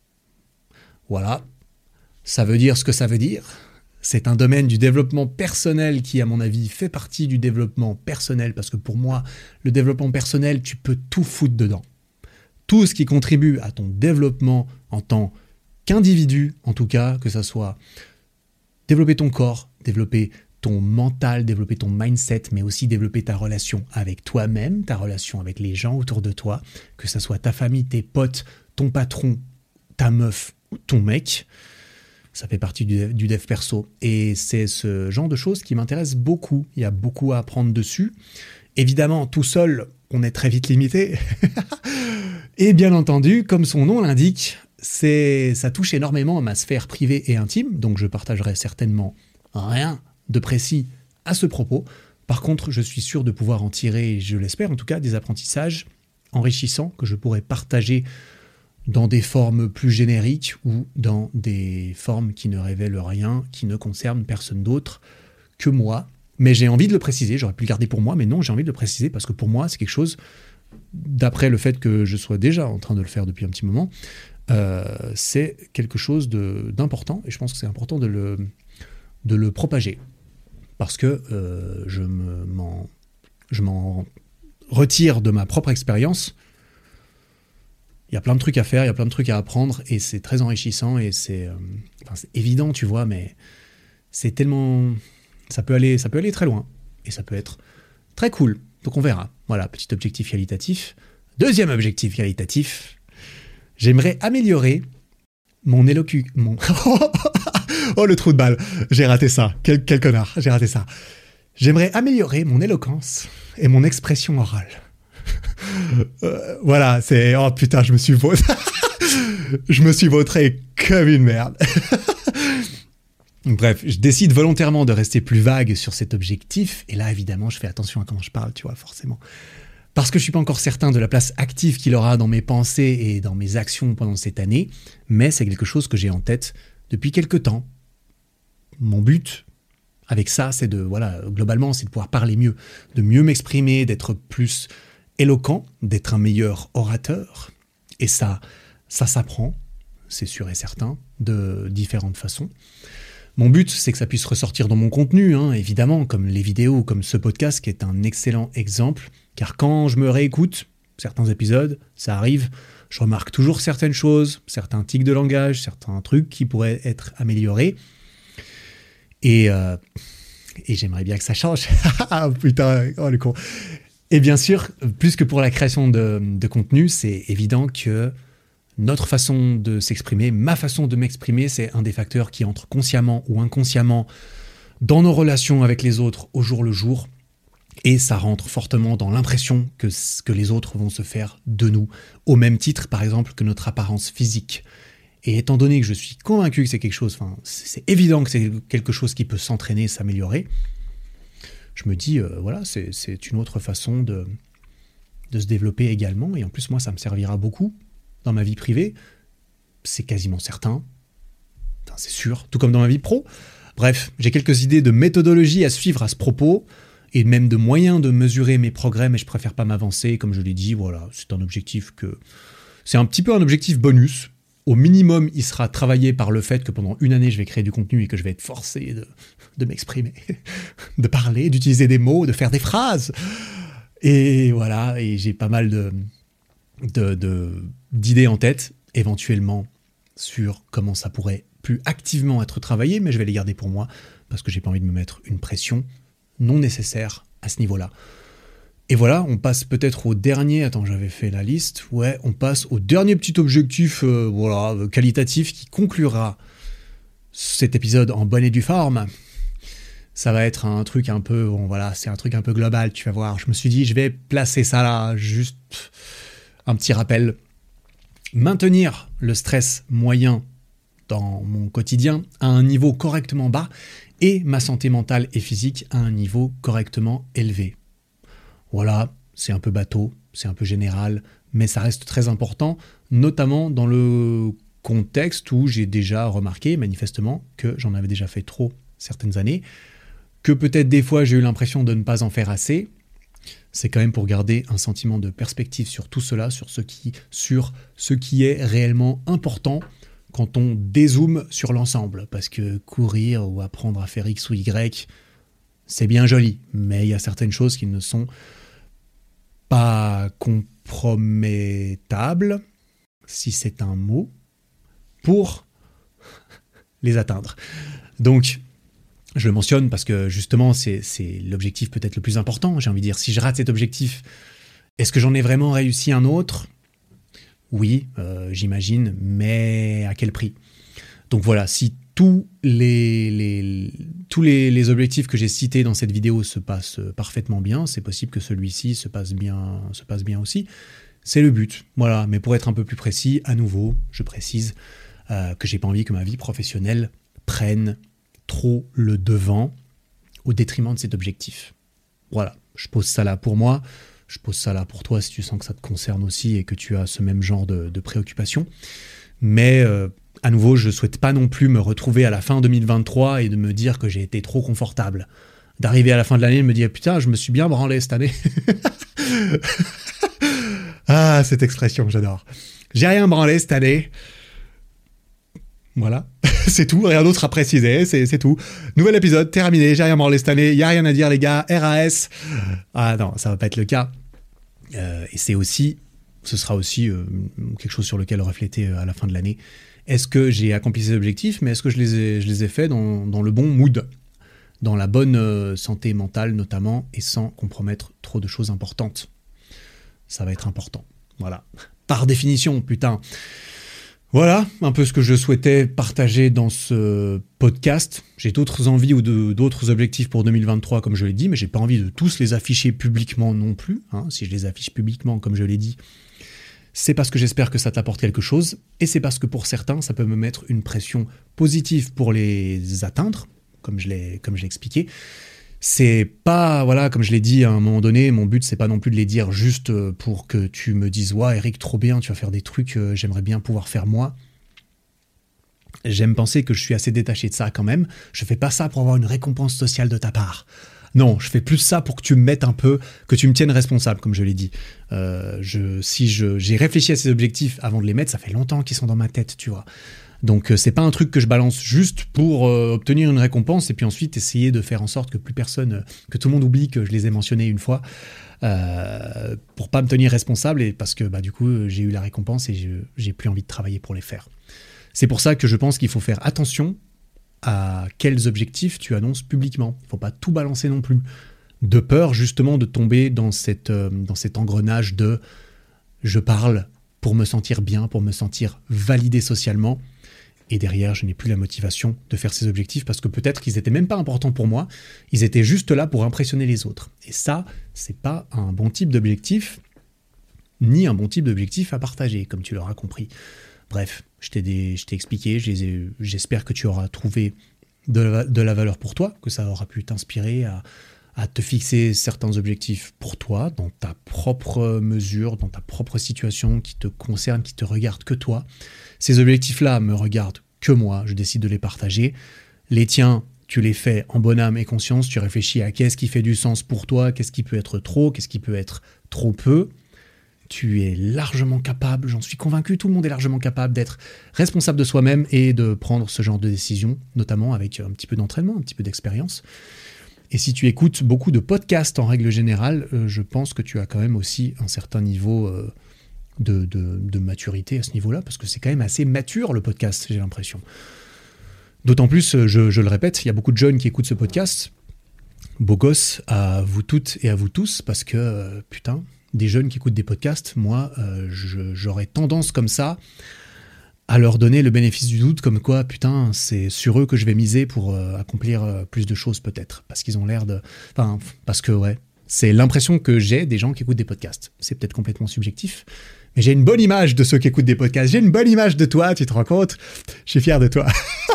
Voilà, ça veut dire ce que ça veut dire. C'est un domaine du développement personnel qui, à mon avis, fait partie du développement personnel, parce que pour moi, le développement personnel, tu peux tout foutre dedans. Tout ce qui contribue à ton développement en tant qu'individu, en tout cas, que ça soit développer ton corps, développer ton mental, développer ton mindset, mais aussi développer ta relation avec toi-même, ta relation avec les gens autour de toi, que ça soit ta famille, tes potes, ton patron, ta meuf ou ton mec. Ça fait partie du dev perso. Et c'est ce genre de choses qui m'intéresse beaucoup. Il y a beaucoup à apprendre dessus. Évidemment, tout seul, on est très vite limité. Et bien entendu, comme son nom l'indique, ça touche énormément à ma sphère privée et intime. Donc je partagerai certainement rien de précis à ce propos. Par contre, je suis sûr de pouvoir en tirer, je l'espère en tout cas, des apprentissages enrichissants que je pourrais partager dans des formes plus génériques ou dans des formes qui ne révèlent rien, qui ne concernent personne d'autre que moi. Mais j'ai envie de le préciser, j'aurais pu le garder pour moi, mais non, j'ai envie de le préciser parce que pour moi, c'est quelque chose, d'après le fait que je sois déjà en train de le faire depuis un petit moment, c'est quelque chose d'important et je pense que c'est important de le propager. Parce que je m'en retire de ma propre expérience. Il y a plein de trucs à faire, il y a plein de trucs à apprendre et c'est très enrichissant et c'est évident, tu vois, mais c'est tellement... Ça peut aller très loin et ça peut être très cool. Donc on verra. Voilà, petit objectif qualitatif. Deuxième objectif qualitatif, j'aimerais améliorer mon élocution... Oh, le trou de balle, j'ai raté ça. Quel connard, j'ai raté ça. J'aimerais améliorer mon éloquence et mon expression orale. Voilà, c'est... Oh putain, je me suis vautré comme une merde. Bref, je décide volontairement de rester plus vague sur cet objectif. Et là, évidemment, je fais attention à comment je parle, tu vois, forcément. Parce que je ne suis pas encore certain de la place active qu'il aura dans mes pensées et dans mes actions pendant cette année. Mais c'est quelque chose que j'ai en tête depuis quelques temps. Mon but avec ça, c'est globalement, c'est de pouvoir parler mieux, de mieux m'exprimer, d'être plus éloquent, d'être un meilleur orateur. Et ça s'apprend, c'est sûr et certain, de différentes façons. Mon but, c'est que ça puisse ressortir dans mon contenu, évidemment, comme les vidéos, comme ce podcast, qui est un excellent exemple. Car quand je me réécoute, certains épisodes, ça arrive, je remarque toujours certaines choses, certains tics de langage, certains trucs qui pourraient être améliorés. Et j'aimerais bien que ça change. Ah putain, oh le con. Et bien sûr, plus que pour la création de contenu, c'est évident que notre façon de s'exprimer, ma façon de m'exprimer, c'est un des facteurs qui entre consciemment ou inconsciemment dans nos relations avec les autres au jour le jour. Et ça rentre fortement dans l'impression que les autres vont se faire de nous, au même titre par exemple que notre apparence physique. Et étant donné que je suis convaincu que c'est quelque chose, c'est évident que c'est quelque chose qui peut s'entraîner, s'améliorer, je me dis, voilà, c'est une autre façon de se développer également. Et en plus, moi, ça me servira beaucoup dans ma vie privée. C'est quasiment certain. Enfin, c'est sûr. Tout comme dans ma vie pro. Bref, j'ai quelques idées de méthodologie à suivre à ce propos et même de moyens de mesurer mes progrès, mais je préfère pas m'avancer. Comme je l'ai dit, voilà, c'est un objectif que C'est un petit peu un objectif bonus. Au minimum, il sera travaillé par le fait que pendant une année, je vais créer du contenu et que je vais être forcé de m'exprimer, de parler, d'utiliser des mots, de faire des phrases. Et voilà, et j'ai pas mal d'idées en tête, éventuellement, sur comment ça pourrait plus activement être travaillé, mais je vais les garder pour moi, parce que j'ai pas envie de me mettre une pression non nécessaire à ce niveau-là. Et voilà, on passe peut-être au dernier... Attends, j'avais fait la liste. Ouais, on passe au dernier petit objectif qualitatif qui conclura cet épisode en bonne et due forme. Ça va être un truc un peu... Bon, voilà, c'est un truc un peu global, tu vas voir. Je me suis dit, je vais placer ça là, juste un petit rappel. Maintenir le stress moyen dans mon quotidien à un niveau correctement bas et ma santé mentale et physique à un niveau correctement élevé. Voilà, c'est un peu bateau, c'est un peu général, mais ça reste très important, notamment dans le contexte où j'ai déjà remarqué, manifestement, que j'en avais déjà fait trop certaines années, que peut-être des fois j'ai eu l'impression de ne pas en faire assez. C'est quand même pour garder un sentiment de perspective sur tout cela, sur ce qui est réellement important quand on dézoome sur l'ensemble. Parce que courir ou apprendre à faire X ou Y, c'est bien joli, mais il y a certaines choses qui ne sont pas compromettables, si c'est un mot, pour les atteindre. Donc, je le mentionne parce que justement, c'est l'objectif peut-être le plus important. J'ai envie de dire, si je rate cet objectif, est-ce que j'en ai vraiment réussi un autre ? Oui, j'imagine, mais à quel prix ? Donc voilà, si tous les objectifs que j'ai cités dans cette vidéo se passent parfaitement bien, c'est possible que celui-ci se passe bien aussi. C'est le but, voilà. Mais pour être un peu plus précis, à nouveau, je précise que j'ai pas envie que ma vie professionnelle prenne trop le devant au détriment de cet objectif. Voilà, je pose ça là pour moi, je pose ça là pour toi si tu sens que ça te concerne aussi et que tu as ce même genre de préoccupation. Mais à nouveau, je ne souhaite pas non plus me retrouver à la fin 2023 et de me dire que j'ai été trop confortable. D'arriver à la fin de l'année et de me dire « Putain, je me suis bien branlé cette année. » Ah, cette expression, j'adore. J'ai rien branlé cette année. Voilà, c'est tout, rien d'autre à préciser, c'est tout. Nouvel épisode, terminé, j'ai rien branlé cette année, y a rien à dire les gars, RAS. Ah non, ça va pas être le cas. Et ce sera aussi quelque chose sur lequel refléter à la fin de l'année. Est-ce que j'ai accompli ces objectifs, mais est-ce que je les ai faits dans le bon mood, dans la bonne santé mentale notamment, et sans compromettre trop de choses importantes. Ça va être important, voilà. Par définition, putain. Voilà un peu ce que je souhaitais partager dans ce podcast. J'ai d'autres envies ou d'autres objectifs pour 2023, comme je l'ai dit, mais j'ai pas envie de tous les afficher publiquement non plus. Si je les affiche publiquement, comme je l'ai dit, c'est parce que j'espère que ça t'apporte quelque chose, et c'est parce que pour certains, ça peut me mettre une pression positive pour les atteindre, comme je l'ai expliqué. C'est pas, voilà, comme je l'ai dit à un moment donné, mon but c'est pas non plus de les dire juste pour que tu me dises « Ouais, Eric, trop bien, tu vas faire des trucs que j'aimerais bien pouvoir faire moi ». J'aime penser que je suis assez détaché de ça quand même. Je fais pas ça pour avoir une récompense sociale de ta part. Non, je fais plus ça pour que tu me mettes un peu, que tu me tiennes responsable, comme je l'ai dit. J'ai réfléchi à ces objectifs avant de les mettre, ça fait longtemps qu'ils sont dans ma tête, tu vois. Donc c'est pas un truc que je balance juste pour obtenir une récompense et puis ensuite essayer de faire en sorte que plus personne, que tout le monde oublie que je les ai mentionnés une fois pour pas me tenir responsable et parce que du coup j'ai eu la récompense et j'ai plus envie de travailler pour les faire. C'est pour ça que je pense qu'il faut faire attention à quels objectifs tu annonces publiquement. Il faut pas tout balancer non plus, de peur justement de tomber dans cet engrenage de je parle pour me sentir bien, pour me sentir validé socialement. Et derrière, je n'ai plus la motivation de faire ces objectifs parce que peut-être qu'ils n'étaient même pas importants pour moi. Ils étaient juste là pour impressionner les autres. Et ça, c'est pas un bon type d'objectif, ni un bon type d'objectif à partager, comme tu l'auras compris. Bref, je t'ai expliqué, j'espère que tu auras trouvé de la valeur pour toi, que ça aura pu t'inspirer à te fixer certains objectifs pour toi, dans ta propre mesure, dans ta propre situation qui te concerne, qui te regarde que toi. Ces objectifs-là me regardent que moi, je décide de les partager. Les tiens, tu les fais en bonne âme et conscience, tu réfléchis à qu'est-ce qui fait du sens pour toi, qu'est-ce qui peut être trop, qu'est-ce qui peut être trop peu, Tu es largement capable, j'en suis convaincu, tout le monde est largement capable d'être responsable de soi-même et de prendre ce genre de décision, notamment avec un petit peu d'entraînement, un petit peu d'expérience. Et si tu écoutes beaucoup de podcasts en règle générale, je pense que tu as quand même aussi un certain niveau de maturité à ce niveau-là, parce que c'est quand même assez mature le podcast, j'ai l'impression. D'autant plus, je le répète, il y a beaucoup de jeunes qui écoutent ce podcast. Beau gosse à vous toutes et à vous tous, parce que, des jeunes qui écoutent des podcasts, moi, j'aurais tendance comme ça à leur donner le bénéfice du doute, comme quoi, c'est sur eux que je vais miser pour accomplir plus de choses peut-être. Parce qu'ils ont l'air de... parce que, c'est l'impression que j'ai des gens qui écoutent des podcasts. C'est peut-être complètement subjectif, mais j'ai une bonne image de ceux qui écoutent des podcasts. J'ai une bonne image de toi, tu te rends compte ? Je suis fier de toi.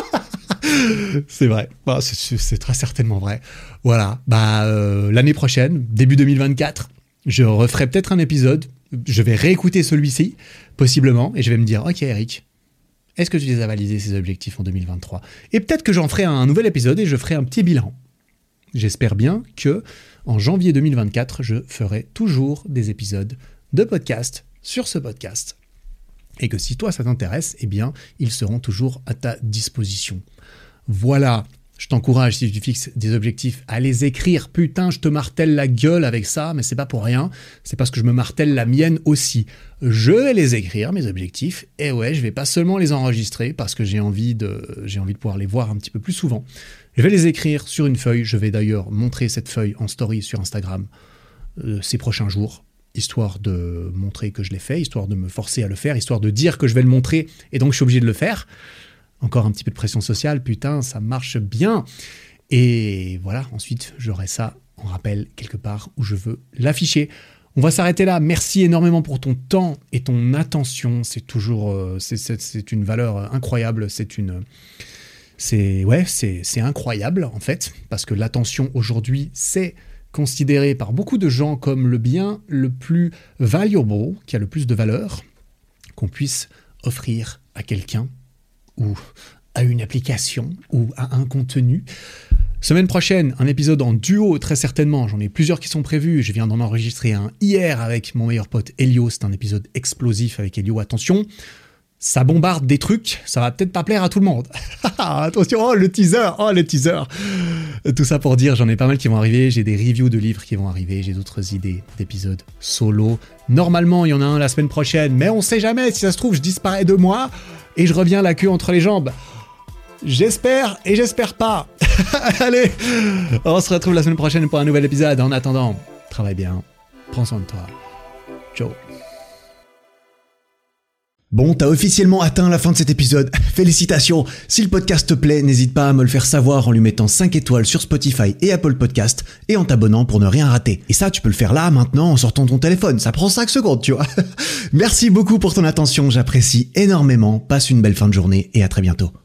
C'est vrai. Bon, c'est très certainement vrai. Voilà. L'année prochaine, début 2024, je referai peut-être un épisode. Je vais réécouter celui-ci, possiblement, et je vais me dire, ok Eric, est-ce que tu les as validés ces objectifs en 2023 ? Et peut-être que j'en ferai un nouvel épisode et je ferai un petit bilan. J'espère bien que en janvier 2024, je ferai toujours des épisodes de podcast sur ce podcast. Et que si toi ça t'intéresse, eh bien, ils seront toujours à ta disposition. Voilà, je t'encourage, si tu fixes des objectifs, à les écrire. Putain, je te martèle la gueule avec ça, mais c'est pas pour rien. C'est parce que je me martèle la mienne aussi. Je vais les écrire, mes objectifs, et je vais pas seulement les enregistrer parce que j'ai envie de pouvoir les voir un petit peu plus souvent. Je vais les écrire sur une feuille. Je vais d'ailleurs montrer cette feuille en story sur Instagram ces prochains jours, histoire de montrer que je l'ai fait, histoire de me forcer à le faire, histoire de dire que je vais le montrer, et donc je suis obligé de le faire. Encore un petit peu de pression sociale, ça marche bien. Et voilà, ensuite, j'aurai ça en rappel quelque part où je veux l'afficher. On va s'arrêter là. Merci énormément pour ton temps et ton attention. C'est toujours, c'est une valeur incroyable. C'est incroyable en fait, parce que l'attention aujourd'hui, c'est considéré par beaucoup de gens comme le bien le plus valuable, qui a le plus de valeur, qu'on puisse offrir à quelqu'un, ou à une application, ou à un contenu. Semaine prochaine, un épisode en duo, très certainement. J'en ai plusieurs qui sont prévus. Je viens d'en enregistrer un hier avec mon meilleur pote Elio. C'est un épisode explosif avec Elio. Attention, ça bombarde des trucs. Ça va peut-être pas plaire à tout le monde. Attention, le teaser. Tout ça pour dire, j'en ai pas mal qui vont arriver. J'ai des reviews de livres qui vont arriver. J'ai d'autres idées d'épisodes solo. Normalement, il y en a un la semaine prochaine, mais on sait jamais. Si ça se trouve, je disparais 2 mois. Et je reviens la queue entre les jambes. J'espère et j'espère pas. Allez, on se retrouve la semaine prochaine pour un nouvel épisode. En attendant, travaille bien, prends soin de toi. Ciao. Bon, t'as officiellement atteint la fin de cet épisode. Félicitations. Si le podcast te plaît, n'hésite pas à me le faire savoir en lui mettant 5 étoiles sur Spotify et Apple Podcast et en t'abonnant pour ne rien rater. Et ça, tu peux le faire là, maintenant, en sortant ton téléphone. Ça prend 5 secondes, tu vois. Merci beaucoup pour ton attention. J'apprécie énormément. Passe une belle fin de journée et à très bientôt.